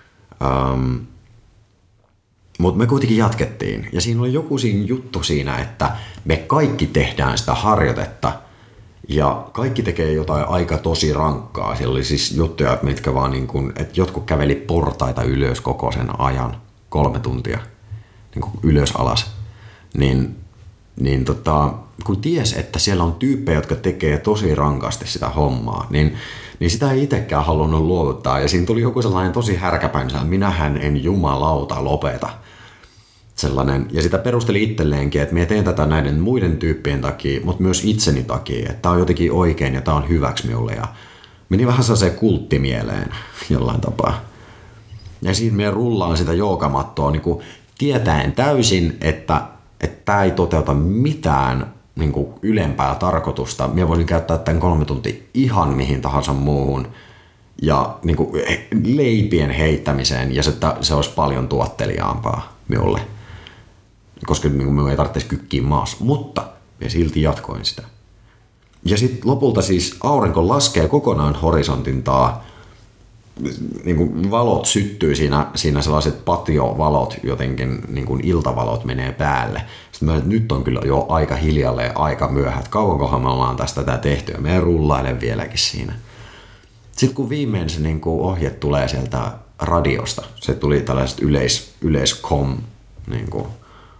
Mutta me kuitenkin jatkettiin ja siinä oli joku juttu siinä, että me kaikki tehdään sitä harjoitetta ja kaikki tekee jotain aika tosi rankkaa. Siellä oli siis juttuja, mitkä vaan niin kuin, että jotkut käveli portaita ylös koko sen ajan, 3 tuntia, niin kuin ylös alas. Niin kun ties, että siellä on tyyppejä, jotka tekee tosi rankasti sitä hommaa, niin sitä ei itsekään halunnut luovuttaa. Ja siinä tuli joku sellainen tosi härkäpäin, minähän en jumalauta lopeta. Sellainen, ja sitä perusteli itselleenkin, että minä teen tätä näiden muiden tyyppien takia, mutta myös itseni takia, että tämä on jotenkin oikein ja tämä on hyväksi minulle. Ja meni vähän sellaiseen kulttimieleen jollain tapaa. Ja siinä minä rullaan sitä joogamattoa niin kuin tietäen täysin, että tämä ei toteuta mitään niin kuin ylempää tarkoitusta. Minä voisin käyttää tämän 3 tuntia ihan mihin tahansa muuhun ja niin kuin leipien heittämiseen, ja se olisi paljon tuotteliaampaa minulle, koska minun ei tarvitsisi kykkiä maassa, mutta minä silti jatkoin sitä. Ja sitten lopulta siis aurinko laskee kokonaan horisontin taa, niin kuin valot syttyy siinä sellaiset patiovalot, jotenkin niin kuin iltavalot menee päälle. Sitten mä, että nyt on kyllä jo aika hiljalleen aika myöhä, että kauankohan me ollaan tätä tehty, ja me rullailen vieläkin siinä. Sitten kun viimein se niin kuin ohje tulee sieltä radiosta, se tuli tällaiset yleiskom niin kuin,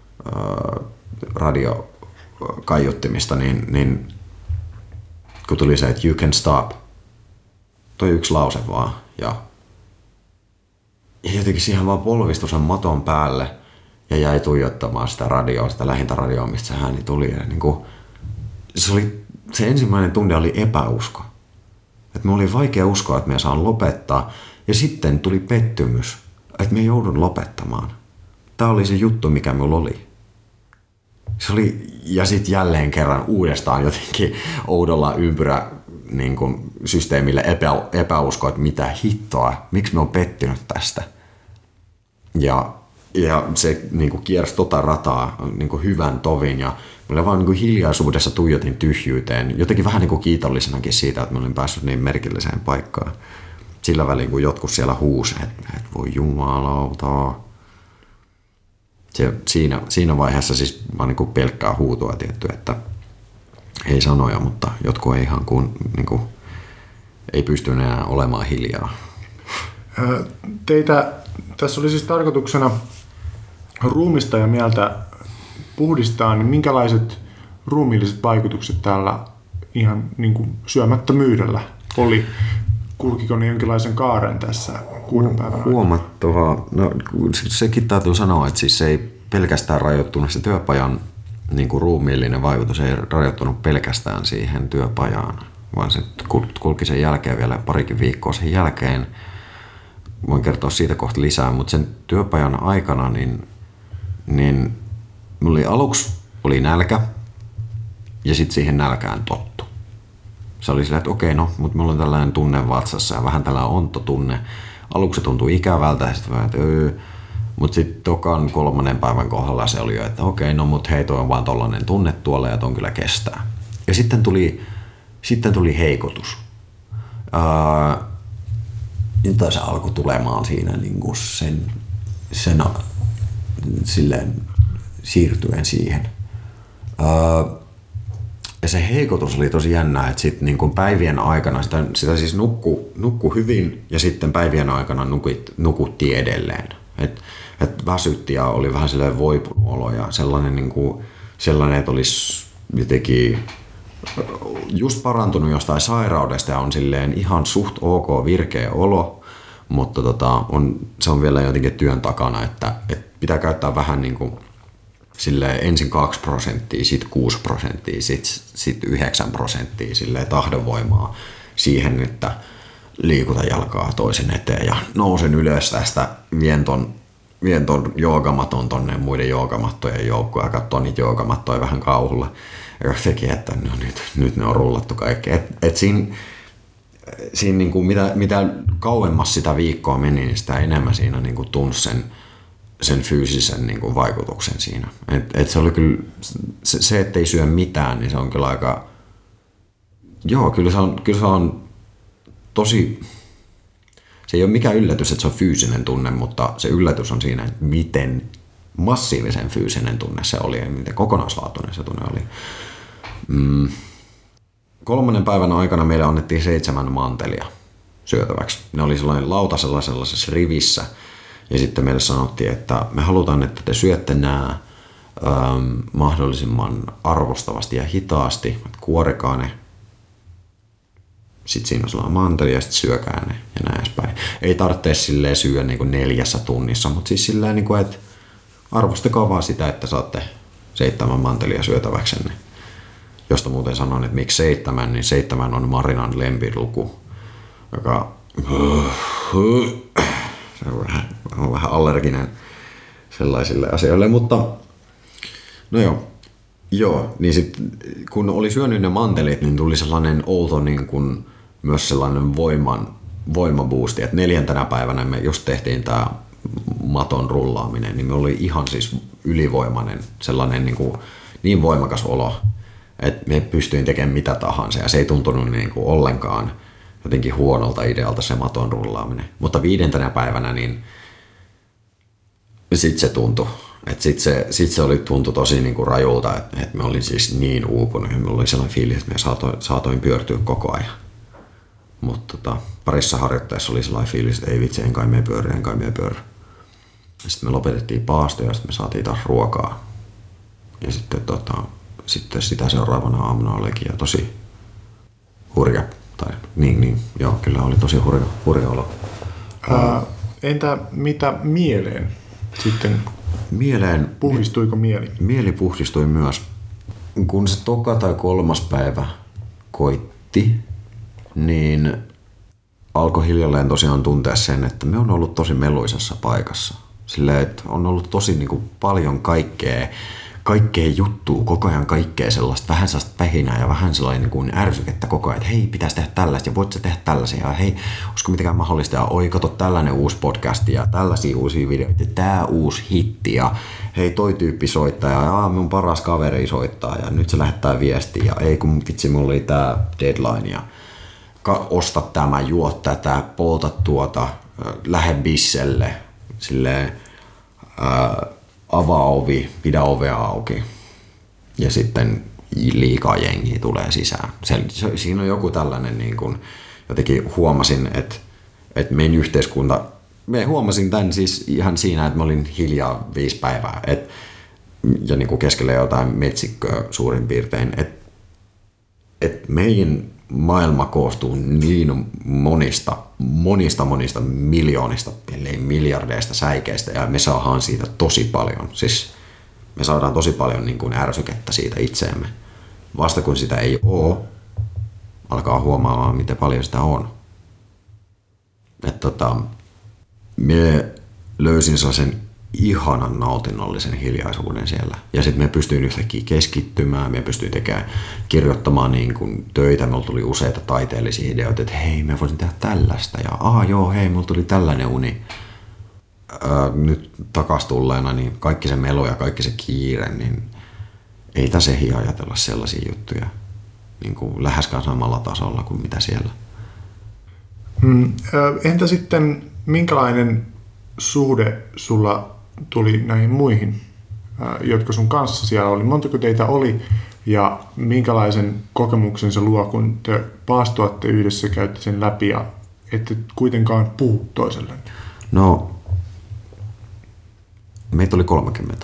radiokaiuttimista, niin kun tuli se, että you can stop, toi yksi lause vaan, ja jotenkin siihen vaan polvistui sen maton päälle ja jäi tuijottamaan sitä radioa, sitä lähintä radioa, mistä se ääni tuli. Ja niin kuin, se ensimmäinen tunti oli epäusko. Että me oli vaikea uskoa, että me saan lopettaa. Ja sitten tuli pettymys, että me joudun lopettamaan. Tämä oli se juttu, mikä minulla oli. Se oli, ja sitten jälleen kerran uudestaan jotenkin oudolla ympyrä niin kuin systeemille epäusko, että mitä hittoa, miksi me on pettynyt tästä. Ja se niin kuin kiersi rataa niin kuin hyvän tovin, ja mä vaan niin kuin hiljaisuudessa tuijotin tyhjyyteen, jotenkin vähän niin kuin kiitollisenakin siitä, että mä olin päässyt niin merkilliseen paikkaan. Sillä välin, kun jotkut siellä huusi, että voi jumalauta. Siinä vaiheessa siis vaan niin kuin pelkkää huutoa tietty, että ei sanoja, mutta jotkut ei ihan niin kuin, ei pysty enää olemaan hiljaa. Tässä oli siis tarkoituksena ruumista ja mieltä puhdistaa, niin minkälaiset ruumiilliset vaikutukset täällä ihan niin kuin syömättömyydellä oli? Kulkiko ne jonkinlaisen kaaren tässä 6 päivän aikana? Huomattavaa. No, sekin täytyy sanoa, että siis se ei pelkästään rajoittunut se työpajan niin kuin ruumiillinen vaikutus, ei rajoittunut pelkästään siihen työpajaan, vaan se kulki sen jälkeen vielä parikin viikkoa sen jälkeen. Voin kertoa siitä kohta lisää, mutta sen työpajan aikana niin aluksi oli nälkä ja sitten siihen nälkään tottu. Se oli silleen, että okei, no, mutta mulla on tällainen tunne vatsassa ja vähän tällainen ontotunne. Aluksi se tuntui ikävältä ja sitten vähän, että mutta sitten tokan 3. päivän kohdalla se oli jo, että okei, no mut hei, toi on vaan tollainen tunne tuolla ja ton kyllä kestää. Ja sitten tuli heikotus. Se alkoi tulemaan siinä niin kuin sen silleen siirtyen siihen. Ja se heikotus oli tosi jännää, että sitten niin kuin päivien aikana sitä siis nukkui hyvin ja sitten päivien aikana nukuttiin edelleen. Et väsytti ja oli vähän silleen voipunut olo ja sellainen, että olisi jotenkin just parantunut jostain sairaudesta ja on silleen ihan suht ok virkeä olo, mutta se on vielä jotenkin työn takana, että pitää käyttää vähän niin kuin silleen ensin 2%, sitten 6%, sitten 9% silleen tahdonvoimaa siihen, että liikuta jalkaa toisen eteen ja nousen ylös tästä, vien ton joogamaton tonne muiden joogamattojen joukkoon ja katsoo niitä joogamattoja vähän kauhulla. Ja sekin, että no nyt ne on rullattu kaikki. Et siinä niin kuin mitä kauemmas sitä viikkoa meni, niin sitä enemmän siinä niin kuin tunsi sen fyysisen niin kuin vaikutuksen siinä. Et se oli kyllä, se ettei syö mitään, niin se on kyllä aika, joo, kyllä se on tosi, se ei ole mikään yllätys, että se on fyysinen tunne, mutta se yllätys on siinä, että miten massiivisen fyysinen tunne se oli ja miten kokonaislaatuinen se tunne oli. 3. päivän aikana meille annettiin 7 mantelia syötäväksi. Ne oli sellainen lautasella sellaisessa rivissä ja sitten meille sanottiin, että me halutaan, että te syötte nämä mahdollisimman arvostavasti ja hitaasti, että kuorikaa ne. Sitten siinä on sellainen manteli ja sitten syökää ne ja näin edespäin. Ei tarvitse silleen syödä niin kuin 4 tunnissa, mutta siis silleen, niin kuin, että arvostakaa vaan sitä, että saatte 7 mantelia syötäväksenne. Josta muuten sanon, että miksi 7, niin 7 on Marinan lempiluku, joka se on vähän allerginen sellaisille asioille, mutta no joo, niin sitten kun oli syönyt ne mantelit, niin tuli sellainen outo niin kuin myös sellainen voimaboosti, että 4. päivänä me just tehtiin tämä maton rullaaminen, niin me oli ihan siis ylivoimainen sellainen niin voimakas olo, että me pystyin tekemään mitä tahansa ja se ei tuntunut niin kuin ollenkaan jotenkin huonolta idealta se maton rullaaminen. Mutta 5. päivänä niin sitten se tuntui. Sitten se tuntui tosi niin kuin rajulta, että me olin siis niin uupunut ja minulla oli sellainen fiilis, että me saatoin pyörtyä koko ajan. Mutta parissa harjoitteessa oli sellainen fiilis, että ei vitsi, en kai me pyörry. Sitten me lopetettiin paasto ja sitten me saatiin taas ruokaa. Ja sitten sitä seuraavana aamuna olikin jo tosi hurja. Joo, kyllä oli tosi hurja olo. Entä mitä mieleen sitten? Puhdistuiko mieli? Mieli puhdistui myös. Kun se 2. tai 3. päivä koitti, niin alkoi hiljalleen tosiaan tuntea sen, että me on ollut tosi meluisessa paikassa. Silleen, että on ollut tosi niin kuin paljon kaikkea juttua, koko ajan kaikkea sellaista, vähän sellaista pähinää ja vähän sellainen niin kuin ärsykettä koko ajan, että hei, pitäisi tehdä tällaista ja voit sä tehdä tällaisia ja hei, olisiko mitenkään mahdollista ja oi, kato tällainen uusi podcast ja tällaisia uusia videoita ja tää uusi hitti ja hei, toi tyyppi soittaa ja minun paras kaveri soittaa ja nyt se lähettää viestiä ja ei kun vitsi, mulla oli tää deadline ja osta tämä, juo tätä, polta tuota, lähde bisselle, silleen avaa ovi, pidä ovea auki ja sitten liikaa jengiä tulee sisään. Siinä on joku tällainen, niin kuin, jotenkin huomasin, että meidän yhteiskunta, huomasin tämän siis ihan siinä, että mä olin hiljaa 5 päivää ja niin kuin keskellä jotain metsikköä suurin piirtein, että meidän maailma koostuu niin monista miljoonista, ellei miljardeista säikeistä ja me saadaan siitä tosi paljon. Siis me saadaan tosi paljon niin kuin ärsykettä siitä itseemme. Vasta kun sitä ei ole, alkaa huomaamaan, miten paljon sitä on. Me löysin sellaisen ihanan nautinnollisen hiljaisuuden siellä. Ja sitten me pystyin yhtäkkiä keskittymään, me pystyin kirjoittamaan niin kuin töitä, meillä tuli useita taiteellisia ideoita, että hei, mä voisin tehdä tällaista, ja joo, hei, mulla tuli tällainen uni. Nyt takas tulleena, niin kaikki se melo ja kaikki se kiire, niin ei tässä ehdi ajatella sellaisia juttuja niin kuin läheskään samalla tasolla kuin mitä siellä. Entä sitten, minkälainen suhde sulla tuli näihin muihin, jotka sun kanssa siellä oli? Montako teitä oli ja minkälaisen kokemuksen se luo, kun te paastoatte yhdessä, käytte sen läpi ja ette kuitenkaan puhu toiselle? No, meitä oli 30.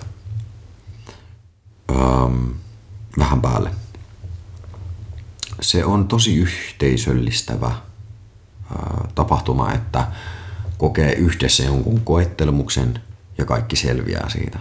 Vähän päälle. Se on tosi yhteisöllistävä tapahtuma, että kokee yhdessä jonkun koettelemuksen ja kaikki selviää siitä.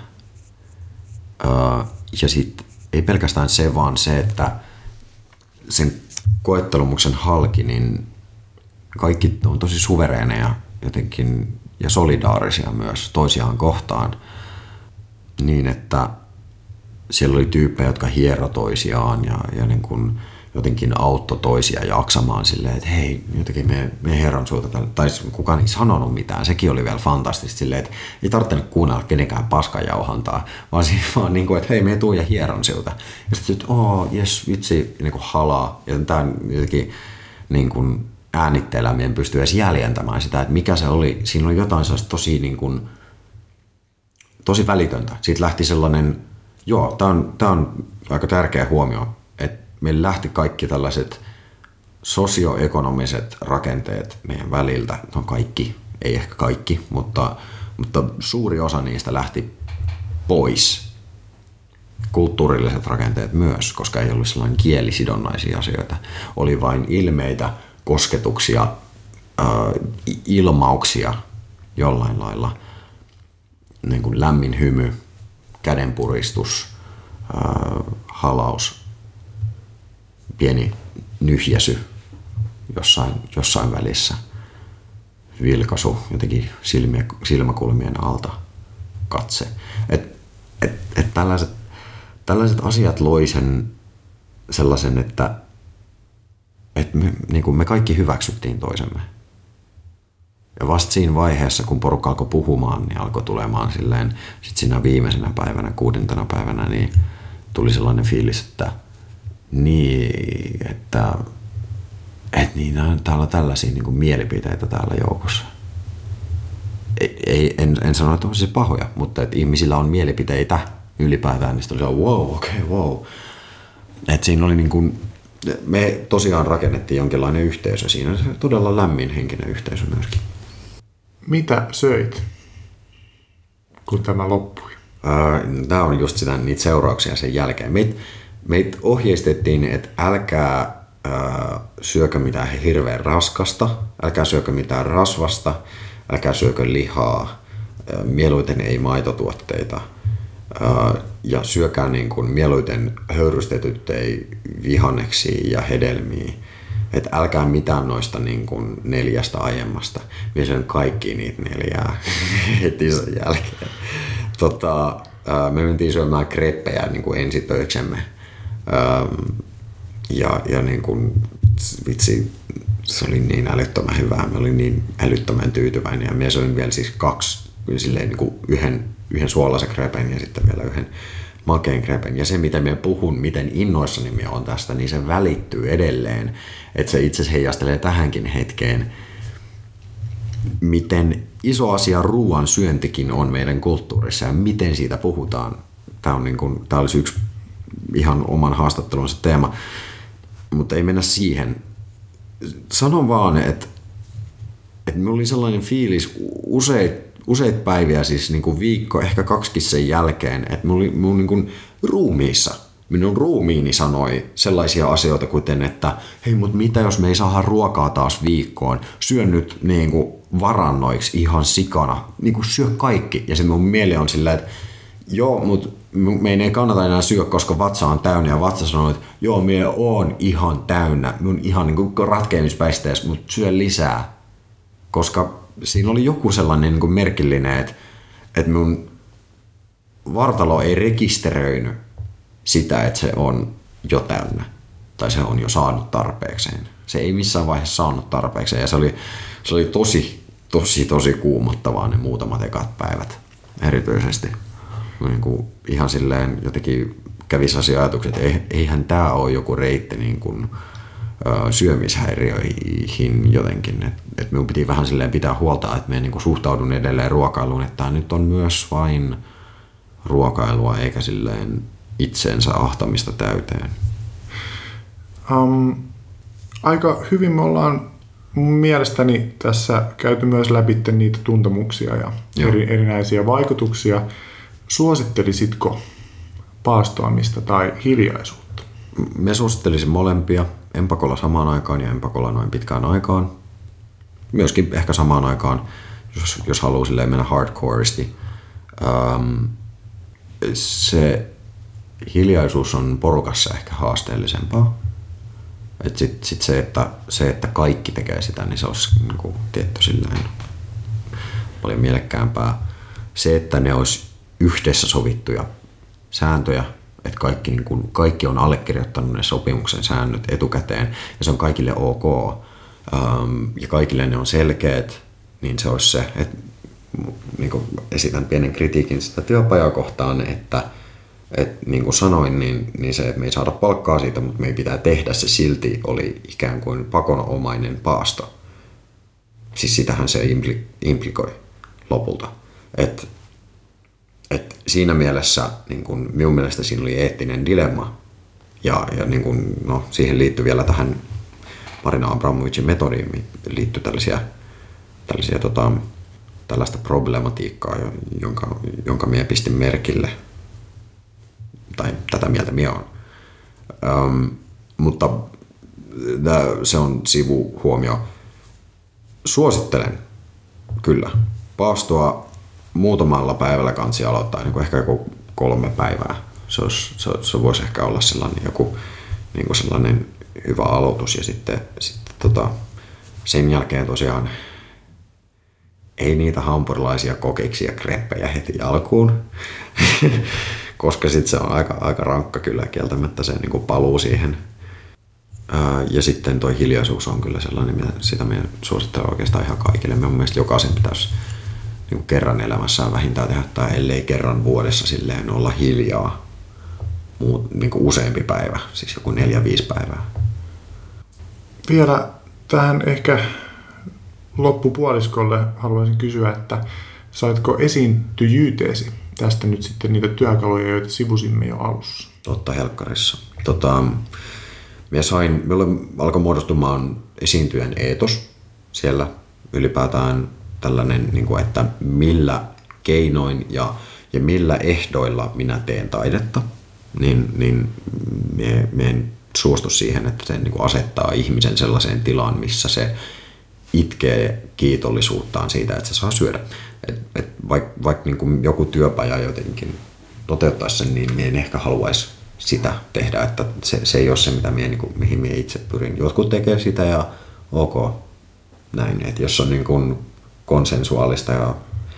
Ja sitten ei pelkästään se, vaan se, että sen koettelemuksen halki, niin kaikki on tosi suvereeneja jotenkin ja solidaarisia myös toisiaan kohtaan. Niin, että siellä oli tyyppejä, jotka hiero toisiaan ja niin kuin jotenkin auttoi toisia jaksamaan silleen, että hei, jotenkin me herran suuta, tai kukaan ei sanonut mitään, sekin oli vielä fantastista silleen, että ei tarvitse kuunnella kenenkään paskajauhantaa, vaan niin kuin, että hei, me tuu ja hieron siltä. Ja sitten, että jes, vitsi, niin kuin halaa. Ja tämä jotenkin niin kuin äänitteellä meidän pystyy edes jäljentämään sitä, että mikä se oli. Siinä oli jotain sellaista tosi, niin kuin, tosi välitöntä. Siitä lähti sellainen, tämä on aika tärkeä huomio, että meillä lähti kaikki tällaiset sosioekonomiset rakenteet meidän väliltä. No kaikki, ei ehkä kaikki, mutta suuri osa niistä lähti pois. kulttuurilliset rakenteet myös, koska ei ollut sellainen kielisidonnaisia asioita. Oli vain ilmeitä, kosketuksia, ilmauksia jollain lailla, niin kuin lämmin hymy, kädenpuristus, halaus, pieni nyhjäsy jossain välissä, vilkaisu jotenkin silmäkulmien alta, katse. Tällaiset asiat loi sellaisen, että me kaikki hyväksyttiin toisemme. Ja vasta siinä vaiheessa, kun porukka alkoi puhumaan, niin alkoi tulemaan silleen, sit siinä viimeisenä päivänä, 6. päivänä, niin tuli sellainen fiilis, että täällä on tällaisia niin kuin mielipiteitä täällä joukossa. En sano, että on siis pahoja, mutta että ihmisillä on mielipiteitä ylipäätään, niin sitten oli wow. Että siinä oli niin kuin, me tosiaan rakennettiin jonkinlainen yhteisö siinä, se todella lämmin henkinen yhteisö myöskin. Mitä söit, kun tämä loppui? Tämä on just niitä seurauksia sen jälkeen. Meitä ohjeistettiin, että älkää syökö mitään hirveän raskasta, älkää syökö mitään rasvasta, älkää syökö lihaa, mieluiten ei maitotuotteita ja syökää niin kuin mieluiten höyrystetyt vihanneksia ja hedelmiä. Että älkää mitään noista niin kuin 4 aiemmasta. Minä söin kaikki niitä 4 heti sen jälkeen. Me mentiin syömään kreppejä niin kuin ensitöiksemme. Ja niin kuin, vitsi, se oli niin älyttömän hyvää. Mä olin niin älyttömän tyytyväinen. Ja minä söin vielä siis 2, silleen niin kuin yhden suolaisen krepen ja sitten vielä yhden makeen krepen. Ja se, mitä minä puhun, miten innoissani minä olen tästä, niin se välittyy edelleen. Että se itse asiassa heijastelee tähänkin hetkeen, miten iso asia ruoan syöntikin on meidän kulttuurissa ja miten siitä puhutaan. Tämä olisi yksi ihan oman haastattelunsa teema, mutta ei mennä siihen. Sanon vaan, että minulla oli sellainen fiilis useita päiviä, siis niin kuin viikko, ehkä 2 sen jälkeen, että minun niin kuin ruumiissa, minun ruumiini sanoi sellaisia asioita kuten, että hei, mutta mitä jos me ei saada ruokaa taas viikkoon, syö nyt niin kuin varannoiksi ihan sikana, niin kuin syö kaikki. Ja se mun mieli on sillä, että joo, mutta meidän ei kannata enää syödä, koska vatsa on täynnä. Ja vatsa sanoi, että joo, minä oon ihan täynnä, minun ihan niin kuin ratkeamispäisteessä, mutta syö lisää. Koska siinä oli joku sellainen niin kuin merkillinen, että minun vartalo ei rekisteröinyt sitä, että se on jo täynnä. Tai se on jo saanut tarpeekseen. Se ei missään vaiheessa saanut tarpeekseen. Ja se oli tosi kuumottavaa ne muutamat ekat päivät. Erityisesti. Niin kuin ihan silleen jotenkin kävi sellaisia ajatuksia, että eihän tämä ole joku reitti niin kuin syömishäiriöihin jotenkin. Et minun piti vähän silleen pitää huolta, että minä niin kuin suhtaudun edelleen ruokailuun, että tämä nyt on myös vain ruokailua eikä silleen itseensä ahtamista täyteen. Aika hyvin me ollaan mielestäni tässä käyty myös läpi niitä tuntemuksia ja erinäisiä vaikutuksia. Suosittelisitko paastoamista tai hiljaisuutta? Me suosittelisin molempia. Empakolla samaan aikaan ja empakolla noin pitkään aikaan. Myöskin ehkä samaan aikaan, jos haluaa silleen mennä hardcoresti. Se hiljaisuus on porukassa ehkä haasteellisempaa. Sit se, että kaikki tekee sitä, niin se olisi niin kuin, tietty silleen paljon mielekkäämpää. Se, että ne olisi yhdessä sovittuja sääntöjä, että kaikki on allekirjoittanut ne sopimuksen säännöt etukäteen ja se on kaikille ok ja kaikille ne on selkeät, niin se olisi se, että niin kuin esitän pienen kritiikin sitä työpajaa kohtaan, että niin kuin sanoin, niin se, että me ei saada palkkaa siitä, mutta me ei pitää tehdä se silti, oli ikään kuin pakonomainen paasto. Siis sitähän se implikoi lopulta. Et siinä mielessä, niin kun minun mielestä siinä oli eettinen dilemma ja niin kun, no, siihen liittyy vielä tähän Marina Abramovicin metodiin liittyy tällaista problematiikkaa, jonka minä pistin merkille tai tätä mieltä minä olen. Mutta se on sivuhuomio. Suosittelen kyllä paastoa muutamalla päivällä kansi aloittaa, niin kuin ehkä joku 3 päivää. Se voisi ehkä olla sellainen joku niin kuin sellainen hyvä aloitus ja sitten sen jälkeen tosiaan ei niitä hampurilaisia, kokiksia ja kreppejä heti alkuun, koska sitten se on aika rankka kyllä kieltämättä se niin kuin paluu siihen. Ja sitten toi hiljaisuus on kyllä sellainen, sitä minä suosittelen oikeastaan ihan kaikille. Mun mielestä jokaisen pitäisi niin kuin kerran elämässään vähintään tehdä, tai ellei kerran vuodessa silleen olla hiljaa niin kuin useampi päivä, siis joku 4-5 päivää. Vielä tähän ehkä loppupuoliskolle haluaisin kysyä, että saitko esiintyjyyteesi tästä nyt sitten niitä työkaluja, joita sivusimme jo alussa? Totta helkkarissa. Minulle alkoi muodostumaan esiintyjän eetos siellä ylipäätään tällainen, niin kuin, että millä keinoin ja millä ehdoilla minä teen taidetta, niin minä en suostu siihen, että se niin kuin asettaa ihmisen sellaiseen tilaan, missä se itkee kiitollisuuttaan siitä, että se saa syödä. Vaikka niin kuin joku työpaja jotenkin toteuttaisi sen, niin minä en ehkä haluaisi sitä tehdä, että se ei ole se, mitä minä, niin kuin, mihin minä itse pyrin. Jotkut tekee sitä ja ok, näin. Että jos on niin kuin konsensuaalista ja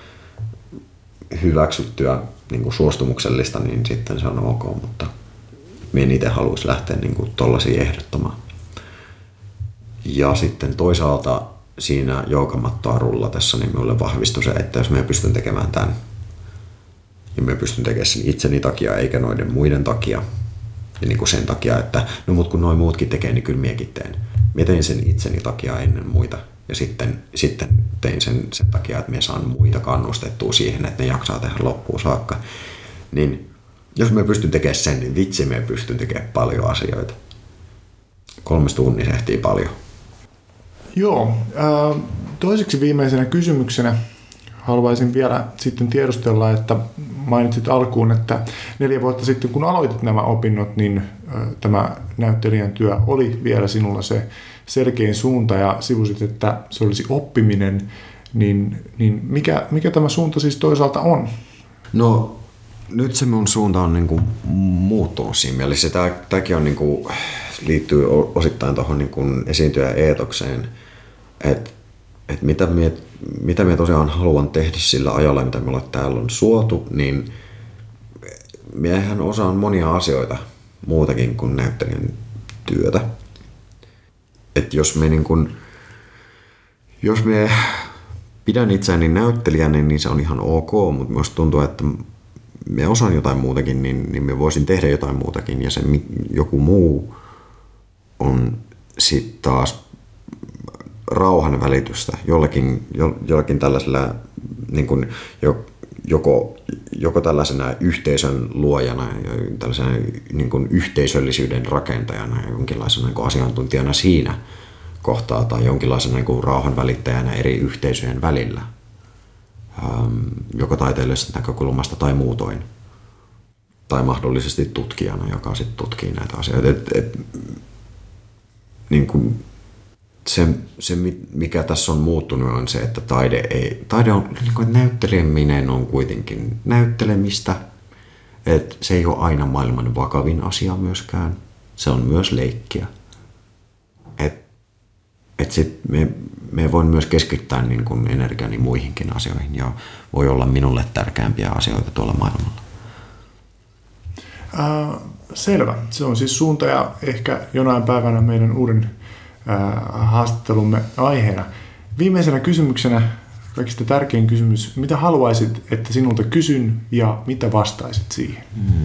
hyväksyttyä niin kuin suostumuksellista, niin sitten se on ok, mutta minä en itse haluaisi lähteä niin kuin tollaisia ehdottamaan. Ja sitten toisaalta siinä joogamattoa rullatessa niin minulle vahvistui se, että jos minä pystyn tekemään tämän, ja minä pystyn tekemään sen itseni takia eikä noiden muiden takia, ja niin kuin sen takia, että no mut kun noin muutkin tekee, niin kyllä minäkin teen. Minä tein sen itseni takia ennen muita, ja sitten tein sen takia, että minä saan muita kannustettua siihen, että ne jaksaa tehdä loppuun saakka. Niin jos minä pystyn tekemään sen, niin vitsi minä pystyn tekemään paljon asioita. 3 tunnissa ehtii paljon. Joo. Toiseksi viimeisenä kysymyksenä haluaisin vielä sitten tiedustella, että mainitsit alkuun, että 4 vuotta sitten kun aloitit nämä opinnot, niin tämä näyttelijän työ oli vielä sinulla se selkein suunta ja sivusit, että se olisi oppiminen, niin mikä tämä suunta siis toisaalta on? No nyt se mun suunta on niin kuin muuttunut siinä mielessä. Tämäkin on niin kuin, liittyy osittain tuohon niin kuin esiintyjän eetokseen, että mitä minä tosiaan haluan tehdä sillä ajalla, mitä minulle täällä on suotu, niin miehän osaan monia asioita muutakin kuin näyttelijän työtä. Että jos me pidän itseäni näyttelijänä, niin se on ihan ok, mutta myös tuntuu, että me osaan jotain muutakin, niin me voisin tehdä jotain muutakin, ja se joku muu on sitten taas rauhan välitystä jollakin tällaisella niin kuin joko tällaisena yhteisön luojana, tällaisena niin kuin yhteisöllisyyden rakentajana ja jonkinlaisena niin kuin asiantuntijana siinä kohtaa tai jonkinlaisena niin kuin rauhan välittäjänä eri yhteisöjen välillä, joko taiteellisesta näkökulmasta tai muutoin. Tai mahdollisesti tutkijana, joka sitten tutkii näitä asioita. Niin kuin se, mikä tässä on muuttunut, on se, että taide on, niin kuin näytteleminen on kuitenkin näyttelemistä. Et se ei ole aina maailman vakavin asia myöskään. Se on myös leikkiä. Et sit me voin myös keskittää niin kuin energiani muihinkin asioihin ja voi olla minulle tärkeämpiä asioita tuolla maailmalla. Selvä. Se on siis suunta ja ehkä jonain päivänä meidän uuden haastattelumme aiheena. Viimeisenä kysymyksenä, kaikista tärkein kysymys, mitä haluaisit, että sinulta kysyn ja mitä vastaisit siihen?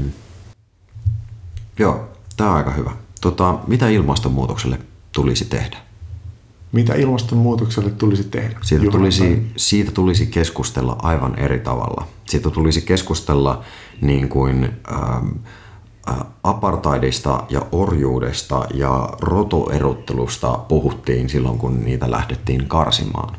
Joo, tämä on aika hyvä. Mitä ilmastonmuutokselle tulisi tehdä? Mitä ilmastonmuutokselle tulisi tehdä? Siitä tulisi keskustella aivan eri tavalla. Siitä tulisi keskustella niin kuin apartheidista ja orjuudesta ja rotuerottelusta puhuttiin silloin, kun niitä lähdettiin karsimaan.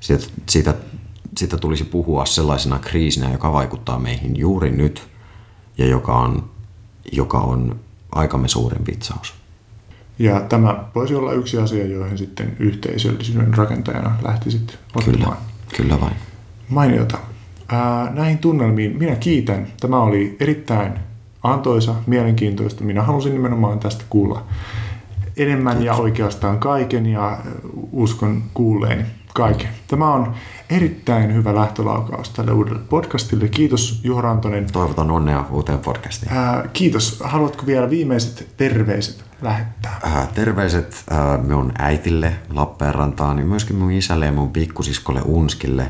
Siitä tulisi puhua sellaisena kriisinä, joka vaikuttaa meihin juuri nyt ja joka on aikamme suurin vitsaus. Ja tämä voisi olla yksi asia, joihin sitten yhteisöllisyyden rakentajana lähtisit ottamaan. Kyllä vain. Mainiota. Näihin tunnelmiin minä kiitän. Tämä oli erittäin antoisa, mielenkiintoista. Minä halusin nimenomaan tästä kuulla enemmän ja oikeastaan kaiken ja uskon kuulleeni kaiken. Tämä on erittäin hyvä lähtölaukaus tälle uudelle podcastille. Kiitos Juho Rantonen. Toivotan onnea uuteen podcastiin. Kiitos. Haluatko vielä viimeiset terveiset lähettää? Terveiset minun äitille Lappeenrantaan ja myöskin mun isälle ja mun pikkusiskolle Unskille.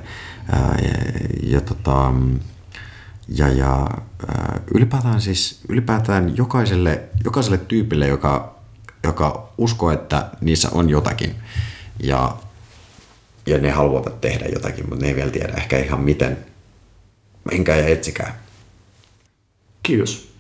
Ylipäätään jokaiselle tyypille, joka uskoo, että niissä on jotakin ja ne haluavat tehdä jotakin, mutta ne ei vielä tiedä ehkä ihan miten. Menkää ja etsikää. Kiitos.